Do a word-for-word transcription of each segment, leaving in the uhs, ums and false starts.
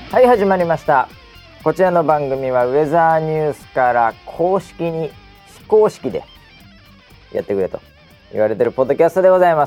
はい、始まりました。こちらの番組はウェザーニュースから公式に非公式でやってくれと言われてるポッドキャストでございます。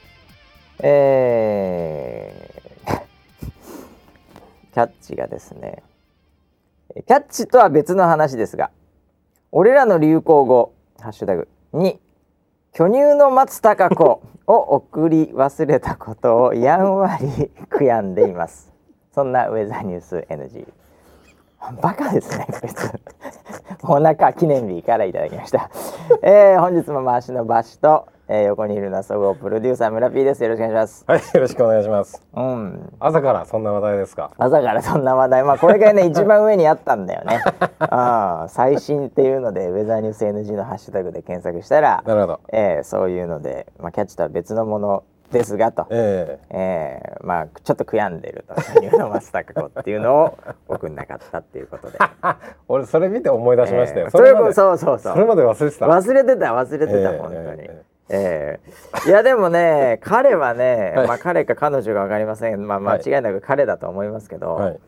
えー、キャッチがですね、キャッチとは別の話ですが、俺らの流行語ハッシュタグに巨乳の松たか子を送り忘れたことをやんわり悔やんでいます。そんなウェザーニュース エヌジー。 バカですねこいつ。お腹記念日からいただきました。えー、本日も回しのバシと、えー、横にいるのは総合プロデューサー村 P です。よろしくお願いします。 はい、よろしくお願いします。 うん、 朝からそんな話題ですか？ 朝からそんな話題、まあこれがね一番上にあったんだよね。あ、最新っていうのでウェザーニュース エヌジー のハッシュタグで検索したら、 なるほど、 えー、そういうので、まあ、キャッチとは別のものですがと、 えーえー、まあちょっと悔やんでると巨乳の松たか子っていうのを送んなかったっていうことで俺それ見て思い出しましたよ、 えー、 それまでそうそうそう、 それまで忘れてた忘れてた忘れてた、えー、本当に、えーえー、いやでもね彼はね、はい、まあ彼か彼女が分かりません、まあ、間違いなく彼だと思いますけど、はい、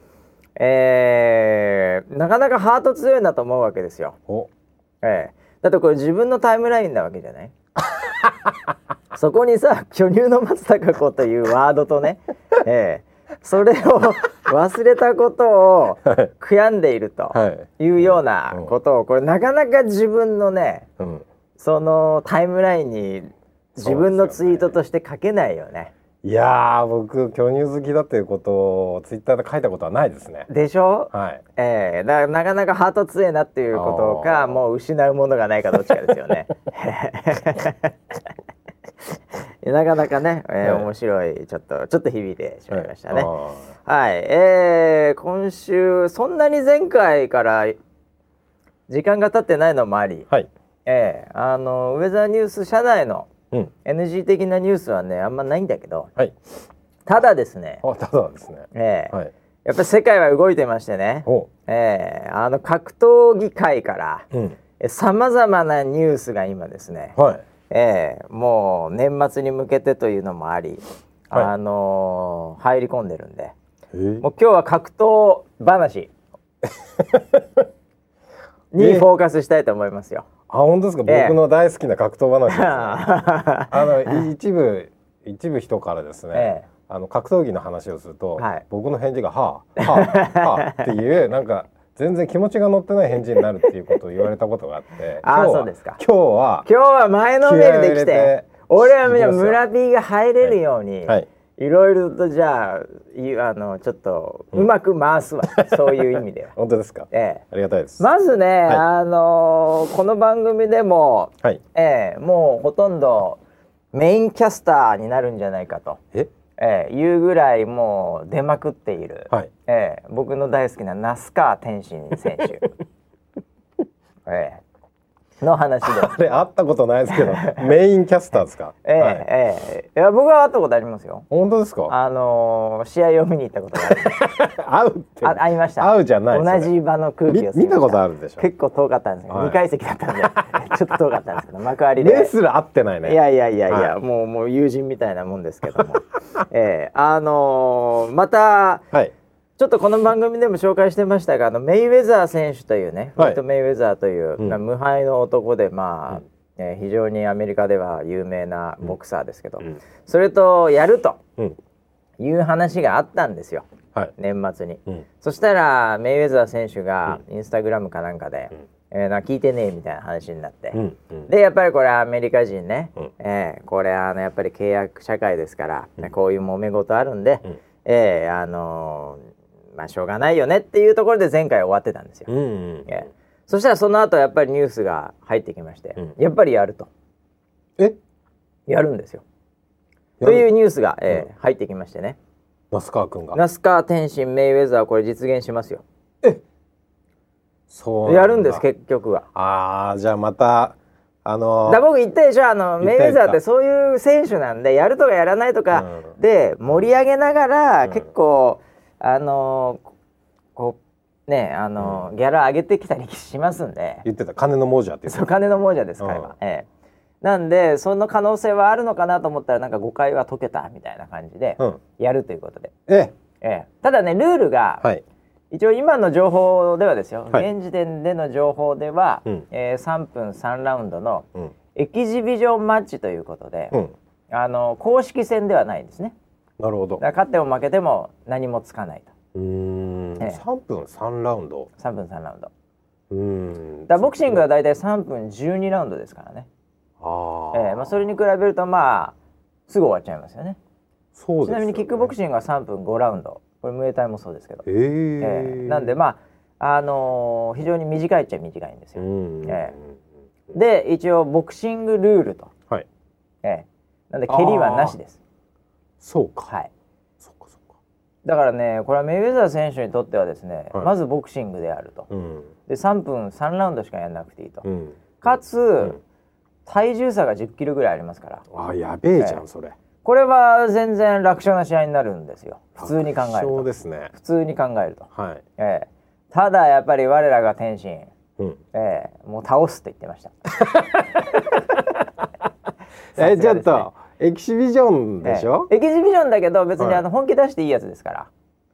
えー、なかなかハート強いなと思うわけですよ。お、えー、だってこれ自分のタイムラインなわけじゃないそこにさ巨乳の松たか子というワードとね、えー、それを忘れたことを悔やんでいるというようなことを、これなかなか自分のね、うん、そのタイムラインに自分のツイートとして書けないよね。 いやー、僕巨乳好きだっていうことをツイッターで書いたことはないですね。 でしょ、 はい、 えー、だからなかなかハート強いなっていうことか、もう失うものがないかどっちかですよね。なかなかね、えーはい、面白いちょっとちょっと響いてしまいましたね。はい、はい、えー、今週そんなに前回から時間が経ってないのもあり、はい、えー、あのウェザーニュース社内のうん、エヌジー 的なニュースはねあんまないんだけど、はい、ただですね、 あ、ただですね、 えーはい、やっぱり世界は動いてましてね、えー、あの格闘技界からさまざまなニュースが今ですね、はい、えー、もう年末に向けてというのもあり、はい、あのー、入り込んでるんで、えー、もう今日は格闘話にフォーカスしたいと思いますよ。 あ、本当ですか？えー、僕の大好きな格闘話です、ね、あの一部一部人からですね、えー、あの格闘技の話をすると、はい、僕の返事がはあはあはあっていうなんか全然気持ちが乗ってない返事になるっていうことを言われたことがあってあ、そうですか。 今日は今日は前のめりで来て、俺は村 P が入れるように、はいはい、いろいろとじゃああのちょっとうまく回すわ、うん、そういう意味では。 本当ですか？ええ、ありがたいです。 まずね、はい、あのー、この番組でも、はい、ええ、もうほとんどメインキャスターになるんじゃないかとえ、ええ、いうぐらいもう出まくっている、はい、ええ、僕の大好きな那須川天心選手、ええの話であれ会ったことないですけどメインキャスターですか？ ええ、はい、ええ、いや僕は会ったことありますよ。 本当ですか？ あのー、試合を見に行ったことがある。会うってあ会いました。 会うじゃない同じ場の空気を見たことあるでしょ。結構遠かったんですけど、はい、にかい席だったんでちょっと遠かったんですけど幕張でレスラー会ってないね。 いやいやいやいや、はい、もうもう友人みたいなもんですけどもええ、あのー、また、はい、ちょっとこの番組でも紹介してましたが、あのメイウェザー選手というね、フロイト・メイウェザーという、うん、無敗の男で、まあ、うん、えー、非常にアメリカでは有名なボクサーですけど、うん、それとやるという話があったんですよ、はい、年末に、うん、そしたらメイウェザー選手がインスタグラムかなんかで、うん、えー、な聞いてねえみたいな話になって、うんうん、でやっぱりこれアメリカ人ね、うん、えー、これあのやっぱり契約社会ですから、うん、こういう揉め事あるんで、うん、えー、あのーまあ、しょうがないよねっていうところで前回終わってたんですよ、うんうん、えー、そしたらその後やっぱりニュースが入ってきまして、うん、やっぱりやるとえやるんですよというニュースが、えーうん、入ってきましてね、 那須川くんが那須川天心メイウェザーこれ実現しますよ。 えそうやるんです結局は。 あー、じゃあまたあのー、 だ僕言ったでしょ、あのメイウェザーってそういう選手なんでやるとかやらないとかで盛り上げながら、うん、結構あのー、こうねあのーうん、ギャラ上げてきたりしますんで。 言ってた金の亡者って言ってた。 そう金の亡者です彼は、うん、ええ、なんでその可能性はあるのかなと思ったらなんか誤解は解けたみたいな感じで、うん、やるということで、 ええー、ただねルールが、はい、一応今の情報ではですよ、はい、現時点での情報では、うんえー、さんぷんさんラウンドのエキシビジョンマッチということで、うん、あの公式戦ではないんですね。 なるほど。 だから勝っても負けても何もつかないと。 うーん、えー、さんぷんさんラウンドさんぷんさんラウンドうーんだボクシングはだいたいさんぷんじゅうにラウンドですからね。あ、えーまあ、それに比べるとまあすぐ終わっちゃいますよね。そうですよね。ちなみにキックボクシングはさんぷんごラウンド、これムエタイもそうですけど、えーえー、なんでまあ、あのー、非常に短いっちゃ短いんですよ。えー、で一応ボクシングルールと、はいえー、なんで蹴りはなしです。 そうか、 はい、そうかそうか。だからねこれはメイウェザー選手にとってはですね、はい、まずボクシングであると、うん、でさんぷんさんラウンドしかやらなくていいと、うん、かつ、うん、体重差がじゅっキロぐらいありますから。 あ、やべえじゃん、えー、それ。 これは全然楽勝な試合になるんですよ、普通に考えると。 そうですね、 普通に考えると、 はいえー、ただやっぱり我らが天心、うんえー、もう倒すって言ってました。 えー、ちょっとエキシビジョンでしょ、 えー、エキシビジョンだけど別にあの本気出していいやつですから、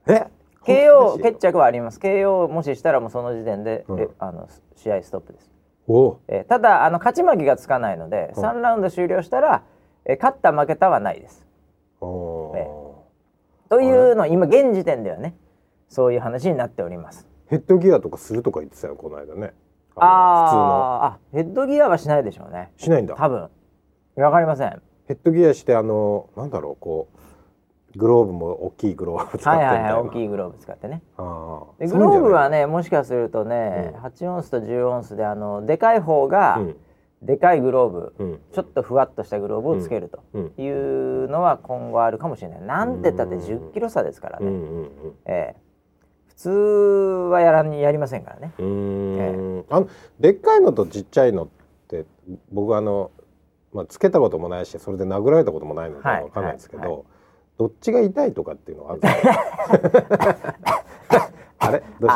はい、え ケーオー 決着はあります。 ケーオー もししたらもうその時点で、うん、あの試合ストップです。お、えー、ただあの勝ち負けがつかないので、うん、さんラウンド終了したら、えー、勝った負けたはないです。お、えー、というの今現時点ではねそういう話になっております。 ヘッドギアとかするとか言ってたよこの間ね。 あ普通のあヘッドギアはしないでしょうね。 しないんだ多分。わかりません。 ヘッドギアしてあのなんだろうこうグローブも大きいグローブ使ってみたいな。はいはいはい、大きいグローブ使ってね。あでグローブはねもしかするとね、うん、はちオンスとじゅうオンスであのでかい方が、うん、でかいグローブ、うん、ちょっとふわっとしたグローブをつけるというのは今後あるかもしれない。なんて言ったってじゅっキロ差ですからね。うんうんうん、えー、普通はやらにやりませんからね。うーん、 えー、あのでっかいのとちっちゃいのって僕あのまあ、つけたこともないしそれで殴られたこともないので分かんないですけど、はいはいはい、どっちが痛いとかっていうのはあるんですか？あれどうしました？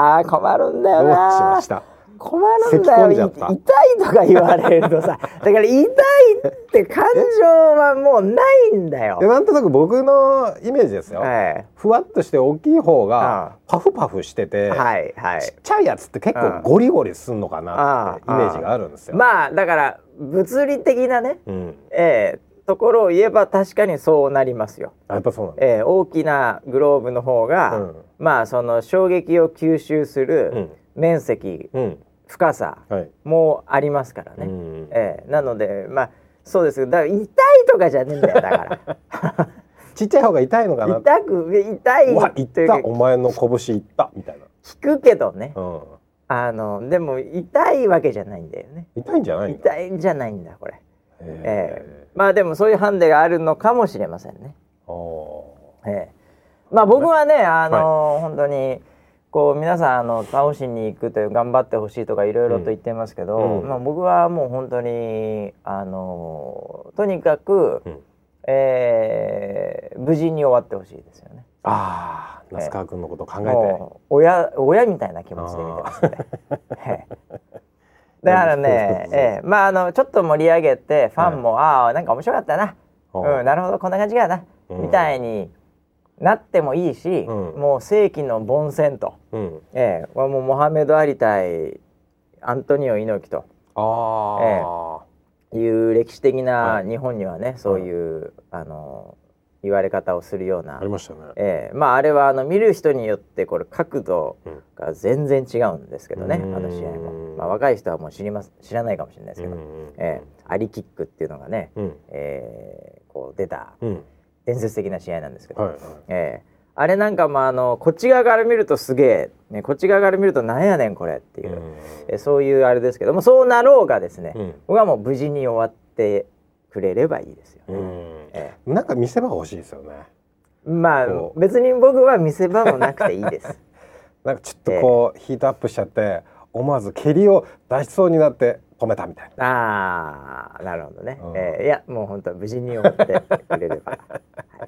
あー困るんだよな。 どうしました？ 困るんだよ。痛いとか言われるとさだから痛いって感情はもうないんだよ。 なんとなく僕のイメージですよ、はい、ふわっとして大きい方がパフパフしてて、はいはい、ちっちゃいやつって結構ゴリゴリすんのかなってイメージがあるんですよ。 まあだから物理的なね、うんえー、ところを言えば確かにそうなりますよ。 やっぱそうなんだ、 えー、大きなグローブの方が、うん、まあその衝撃を吸収する面積、うん、深さもありますからね、はいえー、なのでまあそうですけどだから痛いとかじゃねえんだよだからちっちゃい方が痛いのかな。 痛く痛い。 うわ痛ったお前の拳いったみたいな聞くけどね、うんあのでも痛いわけじゃないんだよね。 痛いんじゃないんだ。 痛いんじゃないんだこれ。えー、まあでもそういうハンデがあるのかもしれませんね。えー、まあ僕はねあの、はい、本当にこう皆さんあの倒しに行くという頑張ってほしいとかいろいろと言ってますけど、うんまあ、僕はもう本当にあのとにかく、うんえー、無事に終わってほしいですよね。 ああ。那須川君のことを考えて親親みたいな気持ちで見てますね。だからね、えー、まああのちょっと盛り上げてファンも、はい、ああなんか面白かったな、うん、なるほどこんな感じかな、うん、みたいになってもいいし、うん、もう世紀の凡戦と、うんえー、もうモハメド・アリ対アントニオ猪木とあ、えー、いう歴史的な日本にはね、はい、そういう、はい、あの言われ方をするようなありましたね。 えー、まああれはあの見る人によってこれ角度が全然違うんですけどね、うん、あの試合も、まあ、若い人はもう知ります知らないかもしれないですけど、うんえー、アリキックっていうのがね、うんえー、こう出た伝説的な試合なんですけど、うんはいはいえー、あれなんかまああのこっち側から見るとすげえ、ね、こっち側から見るとなんやねんこれっていう、うんえー、そういうあれですけどもそうなろうがですね、うん、僕はもう無事に終わってくれればいいですよね。うんええ、なんか見せ場欲しいですよね。 まあ別に僕は見せ場もなくていいです。 なんかちょっとこう、ええ、ヒートアップしちゃって思わず蹴りを出しそうになって止めたみたいな。 ああなるほどね。うんええ、いやもう本当無事に終わってくれれば。はい、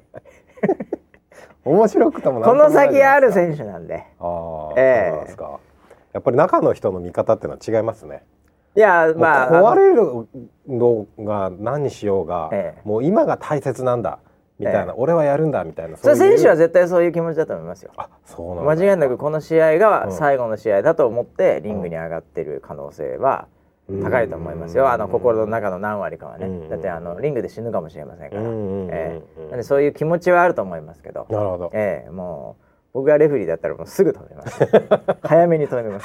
面白くともなんともないじゃないですか。この先ある選手なんで。 ああ、ええ、そうなんですか。やっぱり中の人の見方っていうのは違いますね。 いやまあ壊れるのが何にしようが、ええ、もう今が大切なんだみたいな、えー、俺はやるんだみたいな、 そういう選手は絶対そういう気持ちだと思いますよ。 あ、そうなんだ。 間違いなくこの試合が最後の試合だと思ってリングに上がってる可能性は高いと思いますよ。あの心の中の何割かはね。だってあのリングで死ぬかもしれませんから、えー、なんでそういう気持ちはあると思いますけど。 なるほど。 えー、もう僕がレフェリーだったらもうすぐ止めます早めに止めます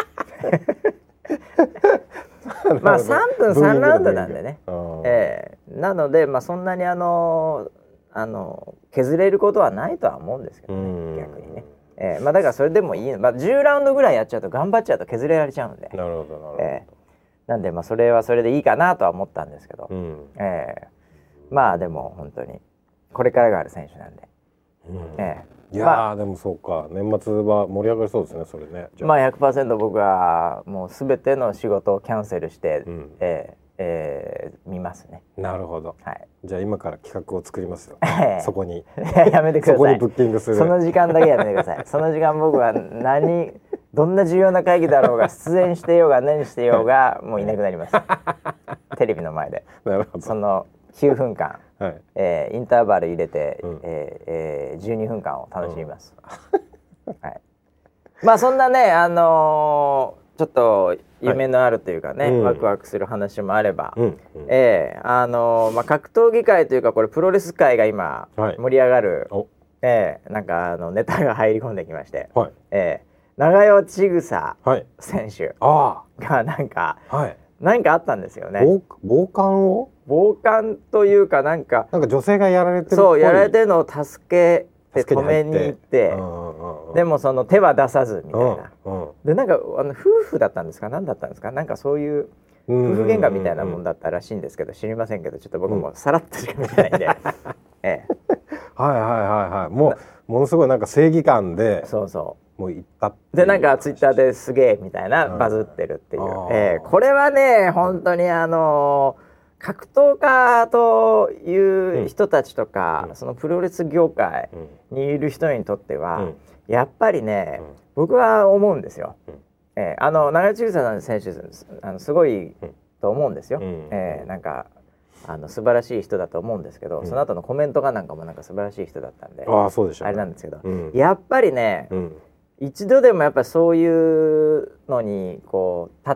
まあさんぷんさんラウンドなんでね、えー、なので、まあ、そんなにあのあの削れることはないとは思うんですけどね、逆にね、えーまあ、だからそれでもいい、まあ、じゅうラウンドぐらいやっちゃうと頑張っちゃうと削れられちゃうんで、 なるほどなるほど、 えー、なんでまあそれはそれでいいかなとは思ったんですけど、うん、えー、まあでも本当にこれからがある選手なんで、 うん、えー、いやー、まあ、でもそうか、年末は盛り上がりそうですね、それね。 まあ ひゃくパーセント 僕はもうすべての仕事をキャンセルして、うん、えーえー、見ますね。 なるほど、はい、じゃあ今から企画を作りますよそこにやめてください。 そこにブッキングする、 その時間だけやめてくださいその時間僕は何どんな重要な会議だろうが出演してようが何してようがもういなくなりますテレビの前で。なるほど。そのきゅうふんかん、はい、えー、インターバル入れて、うん、えーえー、じゅうにふんかんを楽しみます、うん、はい、まあそんなね、あのー、ちょっと夢のあるというかね、はい、ワクワクする話もあれば、うんうん、えー、あのー、まあ、格闘技界というかこれプロレス界が今盛り上がる、はい、えー、なんかあのネタが入り込んできまして、はい、えー、長与千草選手がなんか、はい、何かあったんですよね。 傍観を傍観というかなんかなんか女性がやられてるっぽい、 そうやられてるのを助けて止めに行って、でもその手は出さずみたいな、うんうん、でなんかあの夫婦だったんですか何だったんですか、なんかそういう夫婦喧嘩みたいなもんだったらしいんですけど、知りませんけどちょっと僕もさらっとしか見てないんで、うん、ええ、 はいはいはいはい、もうものすごいなんか正義感で、 そうそうもう行ったってでなんかツイッターですげえみたいなバズってるっていう、えー、これはね本当にあのー、格闘家という人たちとか、うん、そのプロレス業界にいる人にとっては、うん、やっぱりね、うん、僕は思うんですよ、うん、えー、あの長与千草選手あのすごいと思うんですよ、うん、えー、なんかあの素晴らしい人だと思うんですけど、うん、その後のコメントがなんかもなんか素晴らしい人だったんで、 ああそうでしょうね、 あれなんですけど、うん、やっぱりね、うん、一度でもやっぱそういうのにこう立って、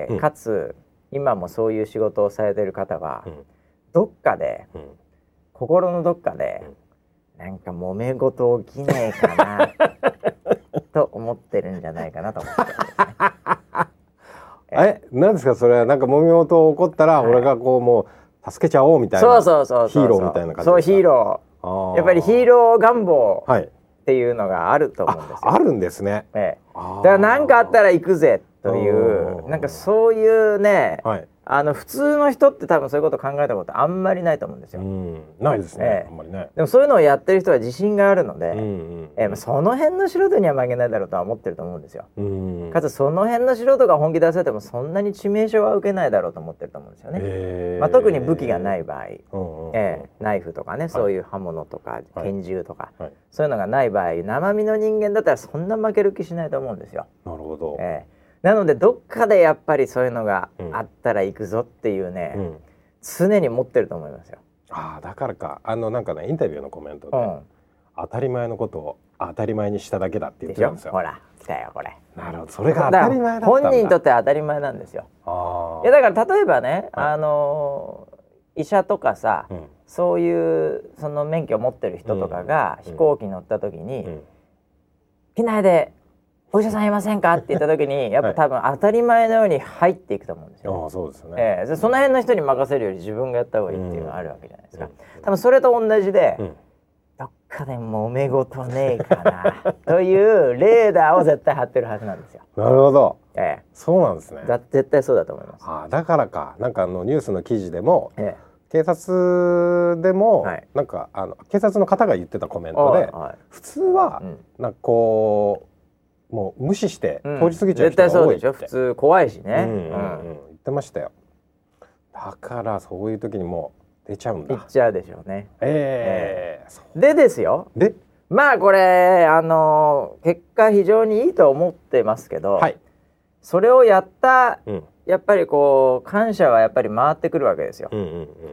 うん、かつ今もそういう仕事をされてる方は、うん、どっかで、うん、心のどっかで、うん、なんか揉め事起きねえかなと思ってるんじゃないかなと思ってるんですねえ、なんですかそれは。なんか揉め事起こったら、はい、俺がこうもう助けちゃおうみたいな、 そうそうそうそう、 ヒーローみたいな感じですか。 そうヒーロー、やっぱりヒーロー願望、はい、っていうのがあると思うんですよ。 あ, あるんですね、 ええ、だから何かあったら行くぜというなんかそういうね、はい、あの普通の人って多分そういうこと考えたことあんまりないと思うんですよ。うん、 ないですね、ええ、あんまりね。 でもそういうのをやってる人は自信があるので、うんうん、えー、その辺の素人には負けないだろうとは思ってると思うんですよ。うん、かつその辺の素人が本気出せてもそんなに致命傷は受けないだろうと思ってると思うんですよね。えーまあ、特に武器がない場合、うんうん、えー、ナイフとかね、そういう刃物とか、はい、拳銃とか、はい、そういうのがない場合、生身の人間だったらそんな負ける気しないと思うんですよ。 なるほど、 えーなのでどっかでやっぱりそういうのがあったら行くぞっていうね、うん、常に持ってると思いますよ。 ああ、だからか、あのなんかねインタビューのコメントで、うん、当たり前のことを当たり前にしただけだって言ってたんですよ。 ほら来たよこれ。 なるほど、それが当たり前だったんだ。 本人にとっては当たり前なんですよ。あ、いやだから例えばね、はい、あのー、医者とかさ、うん、そういうその免許を持ってる人とかが飛行機乗った時に、うんうん、機内でお医者さんいませんかって言った時にやっぱ多分当たり前のように入っていくと思うんですよ。 ああ、そうですね、 えー、その辺の人に任せるより自分がやった方がいいっていうのがあるわけじゃないですか、うん、多分それと同じで、うん、どっかで揉め事ねえかなというレーダーを絶対張ってるはずなんですよ。 なるほど、 えー、 そうなんですね。 だ絶対そうだと思います。 ああ、だからか、なんかあのニュースの記事でも、えー、警察でも、はい、なんかあの警察の方が言ってたコメントで、はい、普通は、うん、なんかこうもう無視して通り過ぎちゃう人が多いって、うん、絶対そうでしょ。 普通怖いしね、うんうんうん、 言ってましたよ。だからそういう時にもう出ちゃうんだ。 出ちゃうでしょうね。 えーえー、でですよ。 でまあこれあの結果非常にいいと思ってますけど、はい、それをやった、うん、やっぱりこう感謝はやっぱり回ってくるわけですよ。うんうんうんうん、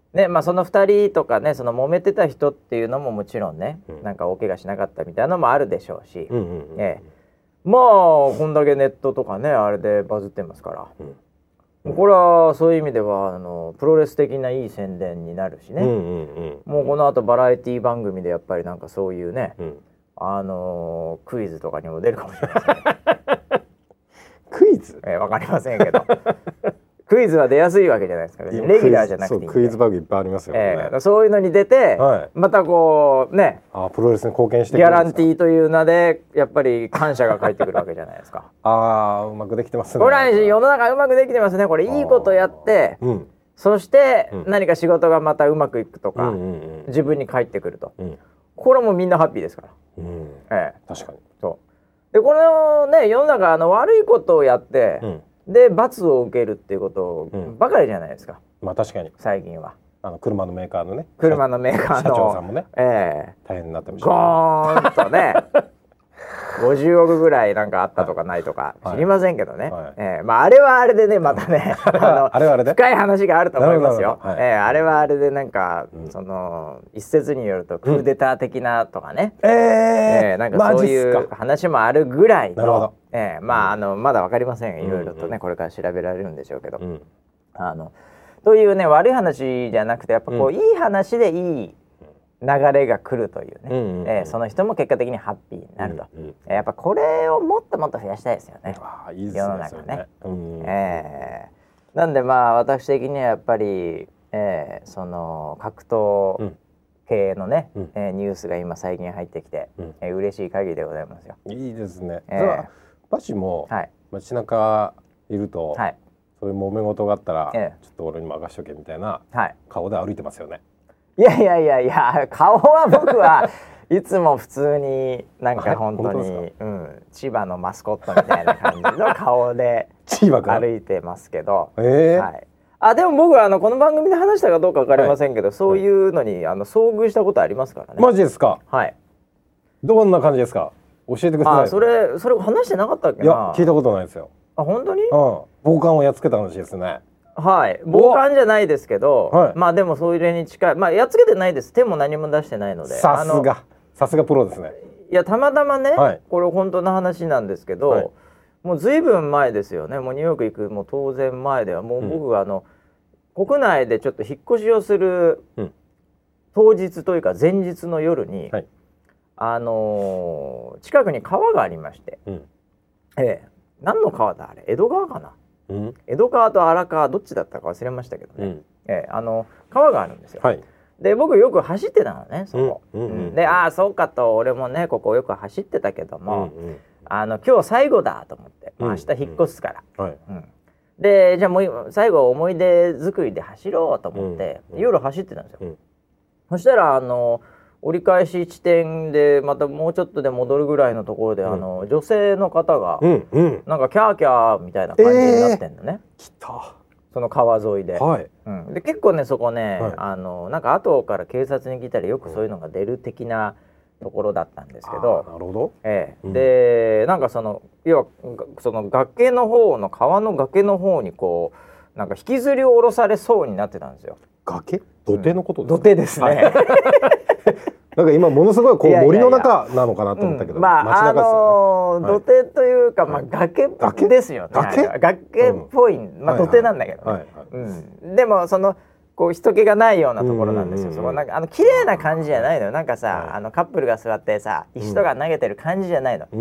ね、まあそのふたりとかね、その揉めてた人っていうのももちろんね、うん、なんか大怪我しなかったみたいなのもあるでしょうし、うんうんうん、ええ、まあこんだけネットとかねあれでバズってますから、うん、これはそういう意味ではあのプロレス的ないい宣伝になるしね、うんうんうん、もうこの後バラエティ番組でやっぱりなんかそういうね、うん、あのー、クイズとかにも出るかもしれないですね。 クイズ？ えー、わかりませんけど。クイズは出やすいわけじゃないですか。レギュラーじゃなくていいんで。 クイズ番組いっぱいありますよね。 えー、そういうのに出て、はい、またこうね、 あ、プロレスに貢献してくるんですか。ギャランティーという名でやっぱり感謝が返ってくるわけじゃないですか。 ああ、うまくできてますね。 これは世の中うまくできてますね。これいいことやって、うん、そして何か仕事がまたうまくいくとか、うんうんうん、自分に返ってくると、うん、これもみんなハッピーですから。うん、 えー、確かに。 そうでこのね世の中あの悪いことをやって。うんで罰を受けるっていうことばかりじゃないですか、 うん、まあ確かに最近はあの車のメーカーのね車のメーカーの社長さんもね、 えー、 大変になってました、 ゴーンとねごじゅうおくぐらいなんかあったとかないとか知りませんけどね、はいはい、えー、まああれはあれでねまたねあのあれはあれで深い話があると思いますよ、はい、えー、あれはあれでなんか、うん、その一説によるとクーデター的なとかね、うん、えー、えー、なんかそういう話もあるぐらいの、なるほど、えー、まあ、あのまだわかりません、いろいろとね、うんうん、これから調べられるんでしょうけど、うん、あのというね悪い話じゃなくてやっぱこう、うん、いい話でいい流れが来るというね、うんうんうん、えー、その人も結果的にハッピーになると、うんうん、えー、やっぱこれをもっともっと増やしたいですよね、 あ、いいですね、 世の中ね、 ね、うんうん、 えー、なんでまあ私的にはやっぱり、えー、その格闘系のね、うん、えー、ニュースが今最近入ってきて、うん、えー、嬉しい限りでございますよ。 いいですね、えー、バシも、はい、街中いると、はい、そういう揉め事があったら、えー、ちょっと俺に任しとけみたいな顔で歩いてますよね。 いやいやいやいや、顔は僕はいつも普通になんか本当に、うん、千葉のマスコットみたいな感じの顔で歩いてますけど、えー、はい、あでも僕はあのこの番組で話したかどうか分かりませんけど、はい、そういうのにあの遭遇したことありますからね。 マジですか？ はい。 どんな感じですか？教えてください。 あ、それそれ話してなかったっけな。 いや聞いたことないですよ。 あ、本当に？うん。 暴漢をやっつけた話ですね。 はい、暴漢じゃないですけど、はい、まあでもそういうに近い、まあやっつけてないです。手も何も出してないので。 さすがさすがプロですね。 いやたまたまね、はい、これ本当の話なんですけど、はい、もうずいぶん前ですよね。もうニューヨーク行くもう当然前ではもう僕があの、うん、国内でちょっと引っ越しをする、うん、当日というか前日の夜に、はい、あのー、近くに川がありまして、うん、ええ、何の川だあれ、江戸川かな。うん、江戸川と荒川どっちだったか忘れましたけどね、うん、えー、あの川があるんですよ、はい、で僕よく走ってたのねそこ、うんうんうん、でああそうかと俺もねここよく走ってたけども、うんうん、あの今日最後だと思って、まあ、明日引っ越すから、うんはい、うん、でじゃあもう最後思い出作りで走ろうと思って、うんうん、夜走ってたんですよ、うん、そしたらあの折り返し地点でまたもうちょっとで戻るぐらいのところで、うん、あの女性の方が、うんうん、なんかキャーキャーみたいな感じになってんのね、えー、来たその川沿いで、はい、うん、で結構ねそこね、はい、あのなんか後から警察に来たらよくそういうのが出る的なところだったんですけど、 なるほど、 ええ、うん、でなんかその要はその崖の方の川の崖の方にこうなんか引きずり下ろされそうになってたんですよ。 崖？土手のことですか？ 土手ですね。 なんか今ものすごいこう森の中なのかなと思ったけど、 うん、まあ街中ですよね、あのーはい、土手というか、まあ、崖ですよね。崖？崖っぽい、うん、まあ、土手なんだけどね、はいはいはい、うん、でもそのこう人気がないようなところなんですよ。そこなんかあの綺麗な感じじゃないのよ。なんかさ、はい、あのカップルが座ってさ石とか投げてる感じじゃないの、うん、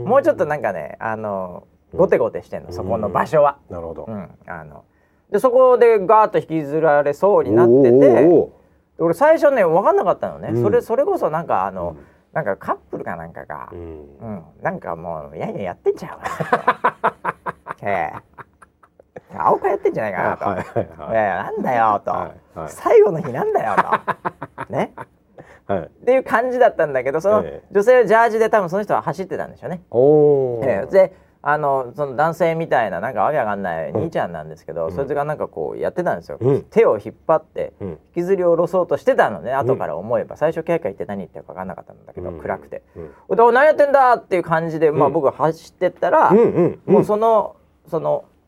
もうちょっとなんかねあのゴテゴテしてんの、うん、そこの場所は。 なるほど、 うん、あのでそこでガーッと引きずられそうになってて、俺最初ね分かんなかったのね、うん、それそれこそなんかあの、うん、なんかカップルかなんかが、うんうん、なんかもうやややってんちゃうかなって青かやってんじゃないかなと、はいはいはい、いやいやなんだよと、はいはい、最後の日なんだよとね、はい、っていう感じだったんだけど、その女性はジャージで多分その人は走ってたんでしょうね。おー、えー、であのその男性みたいななんかわけわかんない兄ちゃんなんですけど、うん、そいつがなんかこうやってたんですよ、うん、手を引っ張って引きずり下ろそうとしてたのね、うん、後から思えば最初キャーキャー言って何言ってるか分かんなかったんだけど、うん、暗くて、うん、何やってんだっていう感じで、まあ、僕走ってったら、うんうん、もうそのその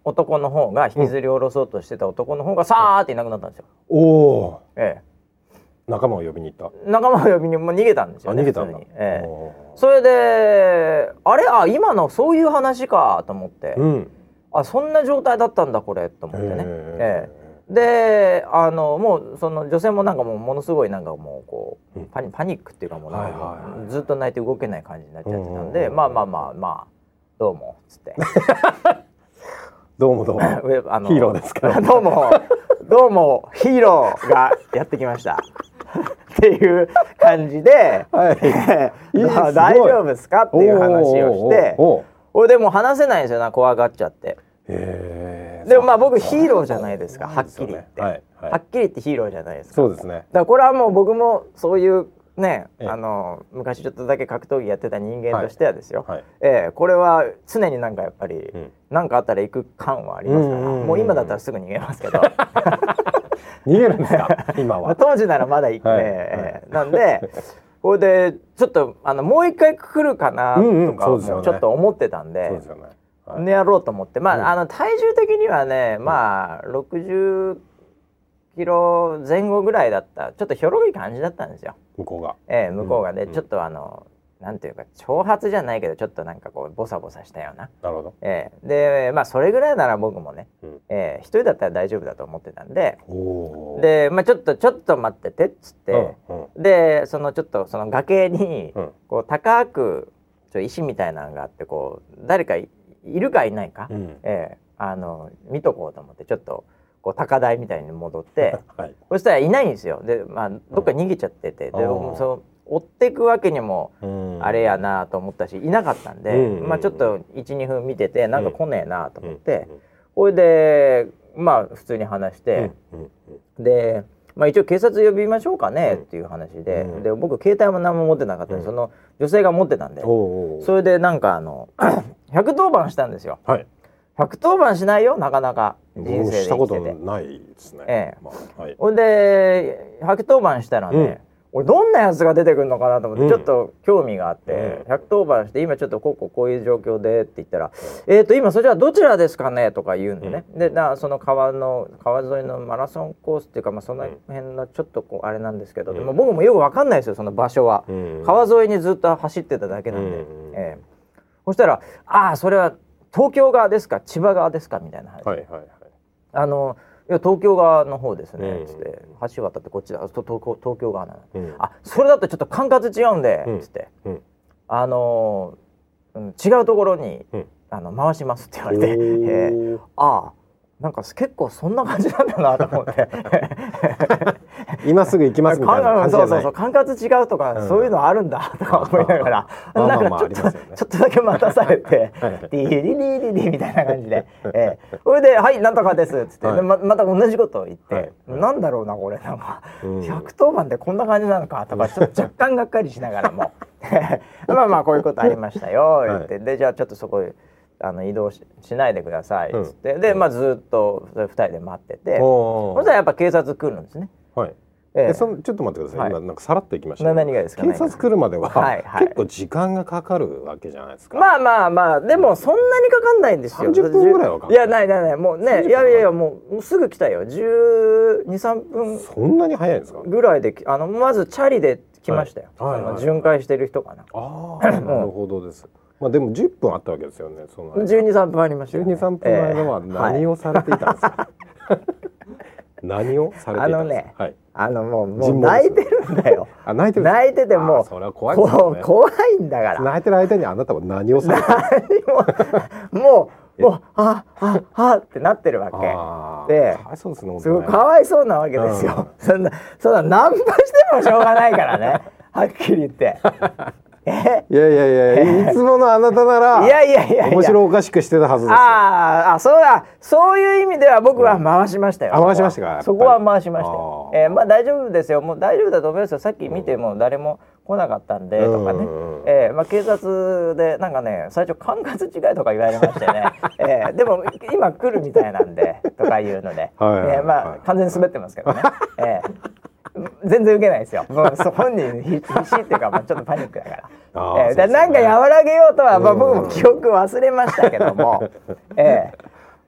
男の方が引きずり下ろそうとしてた男の方がさーっていなくなったんですよ。 おお、 ええ、 仲間を呼びに行った。 仲間を呼びにもう逃げたんですよね。 逃げたんだ。 ええ、それであれあ今のそういう話かと思って、うん、あそんな状態だったんだこれと思ってね。ええ、であのもうその女性もなんかもうものすごいなんかもうこう、うん、パニパニックっていうかもうなんかずっと泣いて動けない感じになっちゃってたんで、まあまあまあまあどうもっつってどうもどうもあのヒーローですからどうもどうもヒーローがやってきましたっていう感じで、はいまあ、大丈夫ですかっていう話をして俺でも話せないんですよな怖がっちゃって。へでもまあ僕ヒーローじゃないですかはっきり言って、はいはい、はっきり言ってヒーローじゃないですか。 そうですね。 だからこれはもう僕もそういうねあの昔ちょっとだけ格闘技やってた人間としてはですよ、はいはいえー、これは常になんかやっぱり何、うん、かあったら行く感はありますから、うんうんうん、もう今だったらすぐ逃げますけど逃げるんですか今は当時ならまだ行くね、はいえー、なんでこれでちょっとあのもう一回来るかなとかもちょっと思ってたんで、そうですよね。はい、ねやろうと思ってまあ、うん、あの体重的にはねまあろくじゅっキロぜん後ぐらいだったちょっとひょろい感じだったんですよ向こうが。 ええ向こうがね、うん、ちょっとあのなんていうか長髪じゃないけどちょっとなんかこうボサボサしたような。 なるほど。 ええでまあそれぐらいなら僕もね、うんええ、一人だったら大丈夫だと思ってたんででまあちょっとちょっと待っててっつって、うんうん、でそのちょっとその崖に、うん、こう高くちょ石みたいなのがあってこう誰かいいるかいないか、うんえー、あの見とこうと思ってちょっとこう高台みたいに戻って、はい、そしたらいないんですよ。で、まあ、どっか逃げちゃってて、うん、でそう追っていくわけにもあれやなと思ったしいなかったんで、うんまあ、ちょっと いちにふん見ててなんか来ねえなと思って、うん、これでまあ普通に話して、うん、で、まあ、一応警察呼びましょうかねっていう話で、うん、で僕携帯も何も持ってなかったんで、うん、その女性が持ってたんで、うん、それでなんかあのひゃくとおばんしたんですよ、はい、ひゃくとおばんしないよなかなか人生で生きててしたことないですね、ええまあはい、ほんでひゃくとおばんしたらね、うん、俺どんなやつが出てくるのかなと思って、うん、ちょっと興味があって、うん、ひゃくとおばんして今ちょっとこうこうこういう状況でって言ったら、うん、えーと今それはどちらですかねとか言うんでね、うん、でなその川の川沿いのマラソンコースっていうか、まあ、その辺のちょっとこうあれなんですけど、うん、でも僕もよく分かんないですよその場所は、うん、川沿いにずっと走ってただけなんで、うんえー、そしたらああそれは東京側ですか千葉側ですかみたいな話、はいはいはい、あのいや東京側の方ですね、うん、つって橋渡ってこっちだと東京、東京側なの、うん、あそれだとちょっと管轄違うんで、うん、つって、うん、あのーうん、違うところに、うん、あの回しますって言われて、えー、ああなんか結構そんな感じなんだなと思って今すぐ行きますみたいな感じじゃない。そうそうそう管轄違うとか、うん、そういうのあるんだとか思いながらなんかちょっと、ね、ちょっとだけ待たされてリリリリリリみたいな感じで、えー、それではいなんとかですっつって、はい、で ま, また同じことを言って、はい、なんだろうなこれなんか、うん、ひゃくとおばんでこんな感じなのかとかちょっと若干がっかりしながらもまあまあこういうことありましたよ言って、はい、でじゃあちょっとそこであの移動 し, しないでくださいっつって、うん、で、まあ、ずっとふたりで待ってて、そしたらやっぱ警察来るんですね。 はいええ、そのちょっと待ってください、はい、今なんかさらっといきました、ね、 何がですか。 警察来るまでは、はいはい、結構時間がかかるわけじゃないですか。 まあまあまあでもそんなにかかんないんですよ。 さんじゅっぷんぐらいはかかる。 いやないないないもうねいやいやいやもうすぐ来たよじゅうに、さんぷんそんなに早いんですかぐらいであのまずチャリで来ましたよ、はいはいはい、巡回してる人かな。 ああなるほどです。まあでもじゅっぷんあったわけですよね。そのじゅうに、さんぷんありましたよ、ね、 じゅうに、さんぷんの間は何をされていたんですか、えーはい、何をされていたんですか。あのね、はい、あのもう、もう泣いてるんだよ。 あ泣いてる。 泣いててもうそれは怖いですよね。 怖いんだから。 泣いてる間にあなたは何をされて何ももうもうあああってなってるわけで、 かわいそうですね。 すごいかわいそうなわけですよ。うん、そんなそんなナンパしてもしょうがないからね。はっきり言って。 えいやいやいやいつものあなたならいやいやいや面白おかしくしてたはずですよ。 ああそうだそういう意味では僕は回しましたよ。 うん、回しましたか。 そこは回しましたよ。えー、まあ大丈夫ですよ。もう大丈夫だと思いますよ。さっき見ても誰も来なかったんでとかね。えー、まあ警察でなんかね最初管轄違いとか言われましてね。えー、でも今来るみたいなんでとかいうので、はいはいはい、えー、まあ完全に滑ってますけどね。えー全然受けないですよ。もう本人必死っていうか、まあ、ちょっとパニックだから。えー、だなんか和らげようとは、まあ、僕も記憶忘れましたけども、えー、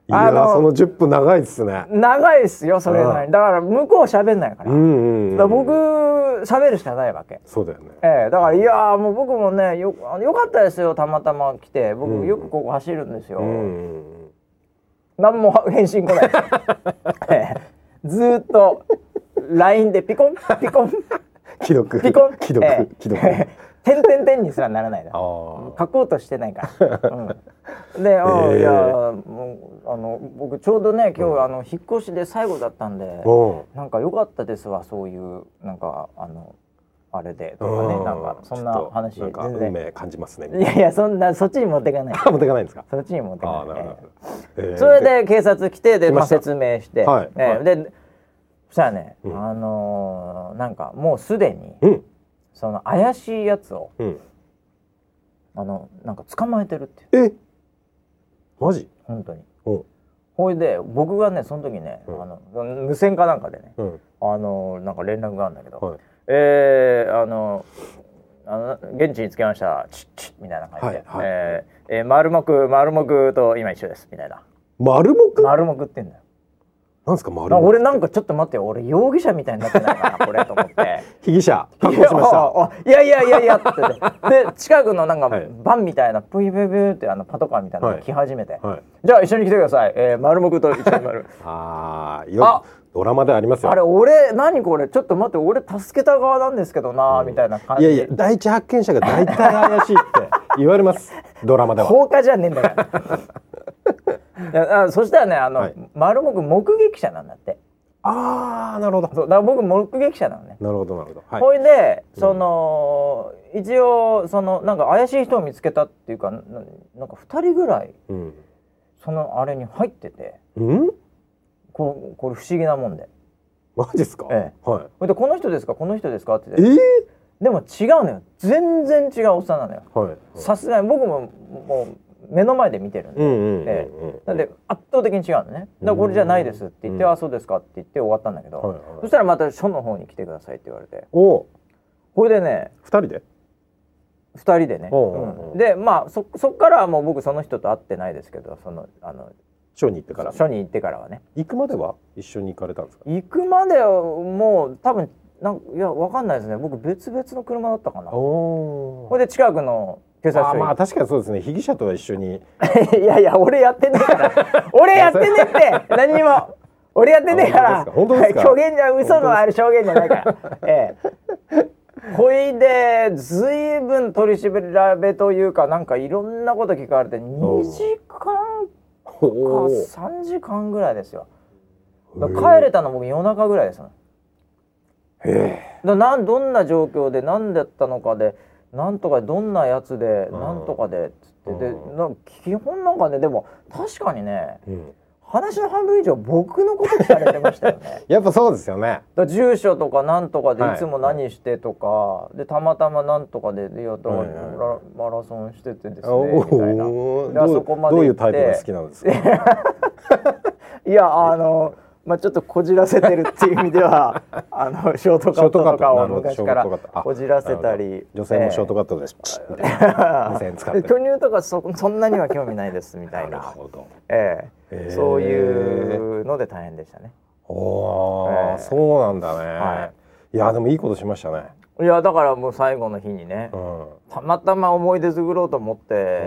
いやそのじゅっぷん長いですね。 長いですよそれなりに。だから向こう喋んないから、うんうんうん、だから僕喋るしかないわけ。 そうだよね、 えー、だからいやもう僕もね よ, よかったですよ。たまたま来て僕よくここ走るんですよ、うんうん、何も返信来ないですえー、ずーっと ライン でピコンピコン既読ピコン既読、えー、既読点点点にすらならないだ。書こうとしてないから、うん、で、あ、えー、いやもうあの僕ちょうどね今日、うん、あの引っ越しで最後だったんで、なんか良かったですわそういうなんかあのあれでとかね、なんかそんな話なんか運命感じますね。 いやいやそんなそっちに持っていかない持っていかないんですか。 そっちに持っていかない、えー、それで警察来てで、まあ、説明して、はいえーはい、でそしたらね、うん、あのー、なんかもうすでに、うんその怪しいやつを、うん、あのなんか捕まえてるってえマジ本当に。ほいで僕がねその時ね、うん、あの無線かなんかでね、うん、あのなんか連絡があるんだけど、はい、えー、あのあの現地に着きましたチッチッみたいな感じで、はいはいえーえー、丸木丸木と今一緒ですみたいな。 丸木丸木って言うんだよ。 なんですか丸木。 俺なんかちょっと待って俺容疑者みたいになってないかなこれと思って被疑者確保しましたいやいやいやいやってで近くのなんか、はい、バンみたいなプイプイプイってあのパトカーみたいなのが来始めて、はいはい、じゃあ一緒に来てください、えー、丸木と一緒に丸あーよドラマでありますよ。 あれ俺何これちょっと待って俺助けた側なんですけどな、うん、みたいな感じ。 いやいや第一発見者が大体怪しいって言われますドラマでは。 放火じゃねえんだからいやあそしたらねあの、はい、丸木目撃者なんだって。 ああなるほど。 そうだから僕目撃者なのね。 なるほどなるほど。 はい、ほいでその、うん、一応そのなんか怪しい人を見つけたっていうか な, なんかふたりぐらい、うん、そのあれに入ってて、うん、こ, これ不思議なもんで。 マジですか。 ええ、はい。ほいでこの人ですかこの人ですかって言って。えー、でも違うのよ。全然違うおっさんなのよ。さすがに僕ももう目の前で見てるんで、なんで圧倒的に違うのね。だからこれじゃないですって言って、うん、あそうですかって言って終わったんだけど、はいはい、そしたらまた署の方に来てくださいって言われて、おこれでねふたりでふたりでね、うん、でまあ そ, そっからはもう僕その人と会ってないですけど、そのあの署に行ってから署に行ってからはね。 行くまでは一緒に行かれたんですか。 行くまではもう多分なんいやわかんないですね。僕別々の車だったかな。おこれで近くの警察署に。 まあ確かにそうですね。被疑者とは一緒にいやいや俺やってねえから俺やってねえって何にも俺やってねえから本当ですか。 虚言じゃ嘘のある証言じゃないからええほいでずいぶん取り調べというかなんかいろんなこと聞かれてにじかんかさんじかんぐらいですよ。帰れたの僕夜中ぐらいですよ。へえ。だなんどんな状況で何だったのかでなんとかどんなやつでなんとかでつってでな基本なんかねでも確かにね、うん、話の半分以上僕のこと聞かれてましたよねやっぱそうですよね。 だ住所とかなんとかでいつも何してとか、はい、でたまたまなんとかでいやだから、はいはい、マラソンしててですねみたいなであそこまでどういうタイプが好きなんですかいやあのまあちょっとこじらせてるっていう意味ではあのショートカットとかを昔からこじらせたり女性もショートカットです、えー、みたいな巨乳とか そ, そんなには興味ないですみたいな、なるほど、えーえー、そういうので大変でしたね。 おー、えー、そうなんだね、はい、いやでもいいことしましたね。 いやだからもう最後の日にね、うん、たまたま思い出作ろうと思って、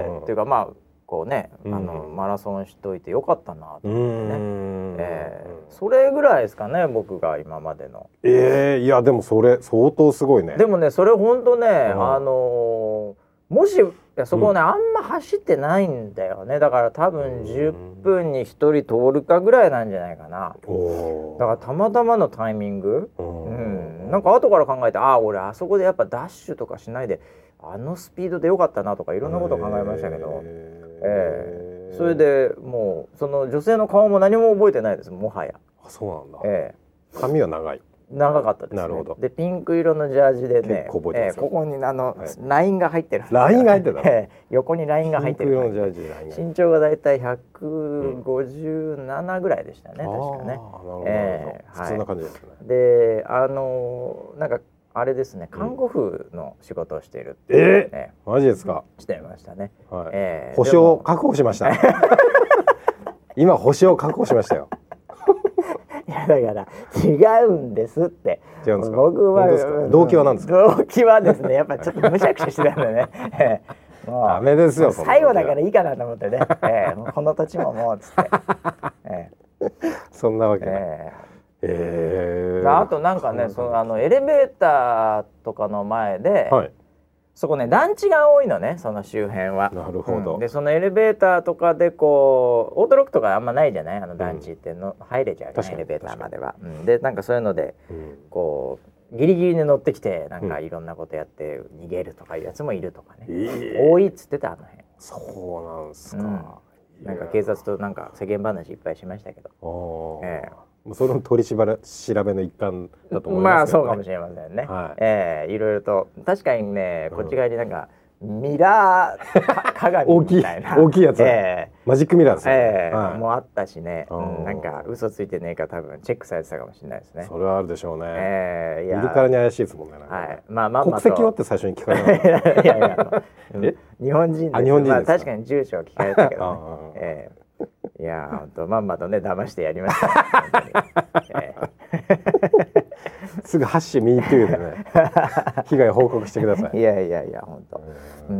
うん、っていうかまあこうね、うん、あのマラソンしといてよかったなと思ってね、えー、それぐらいですかね僕が今までの。 えー、いやでもそれ相当すごいね。 でもねそれ本当ね、うん、あのー、もしいやそこね、うん、あんま走ってないんだよね。だから多分じゅっぷんにひとり通るかぐらいなんじゃないかな。だからたまたまのタイミング、うん、なんか後から考えてああ俺あそこでやっぱダッシュとかしないであのスピードでよかったなとかいろんなことを考えましたけど、えー、それでもうその女性の顔も何も覚えてないですもはや。 あそうなんだ、 えー、髪は長い長かったですね。 なるほど。 でピンク色のジャージでね、 結構覚えてますよ、 えー、ここにあの、はい、ラインが入ってるんですよ。 ラインが入ってた、 えー、横にラインが入ってる。 ピンク色のジャージでラインが。 身長がだいたいひゃくごじゅうななぐらいでしたね、うん、確かね。あなるほど、えー、 普通な感じですね。 はい、であのー、なんかあれですね看護婦の仕事をしているっていう、ね、えー、マジですか。 してましたね、 はい、えー、保証確保しましたい今星を確保しましたよ。 いやだから違うんですって。 違うんですか。 僕は動機は何ですか。 動機はですねやっぱちょっとむしゃくしゃしてたんでね。もうダメですよ。 最後だからいいかなと思ってね。えー、もうこの土地ももうつって。えー、そんなわけない。えーえー、あとなんかねそのあのエレベーターとかの前で、はい、そこね団地が多いのねその周辺は。 なるほど、 うん、でそのエレベーターとかでこうオートロックとかあんまないじゃないあの団地っての、うん、入れちゃうじゃないエレベーターまでは。うん、でなんかそういうので、うん、こうギリギリで乗ってきてなんかいろんなことやって逃げるとかいうやつもいるとかね、うん、多いっつってたあの辺。 そうなんですか、 うん、なんか警察となんか世間話いっぱいしましたけど。えーそれも取り調べの一環だと思いますけどね。 まあそうかもしれませんね。はい、えー、いろいろと確かにねこっち側になんか、うん、ミラー鏡みたいな大きいやつ、えー、マジックミラーですよね、 えーはい、もうあったしね、うん、なんか嘘ついてねえか多分チェックされてたかもしれないですね。 それはあるでしょうね。 えー、いや見るからに怪しいですもんね。なんかね、はい、まあまあまあ国籍はって最初に聞かれた。いやいやえ日本人です。 あ日本人ですか。 まあ、確かに住所を聞かれたけど、ねえーいや本当まんまとね騙してやりました、えー、すぐハッシュミートゥーでね被害報告してください。 いやいやいや本当、うん、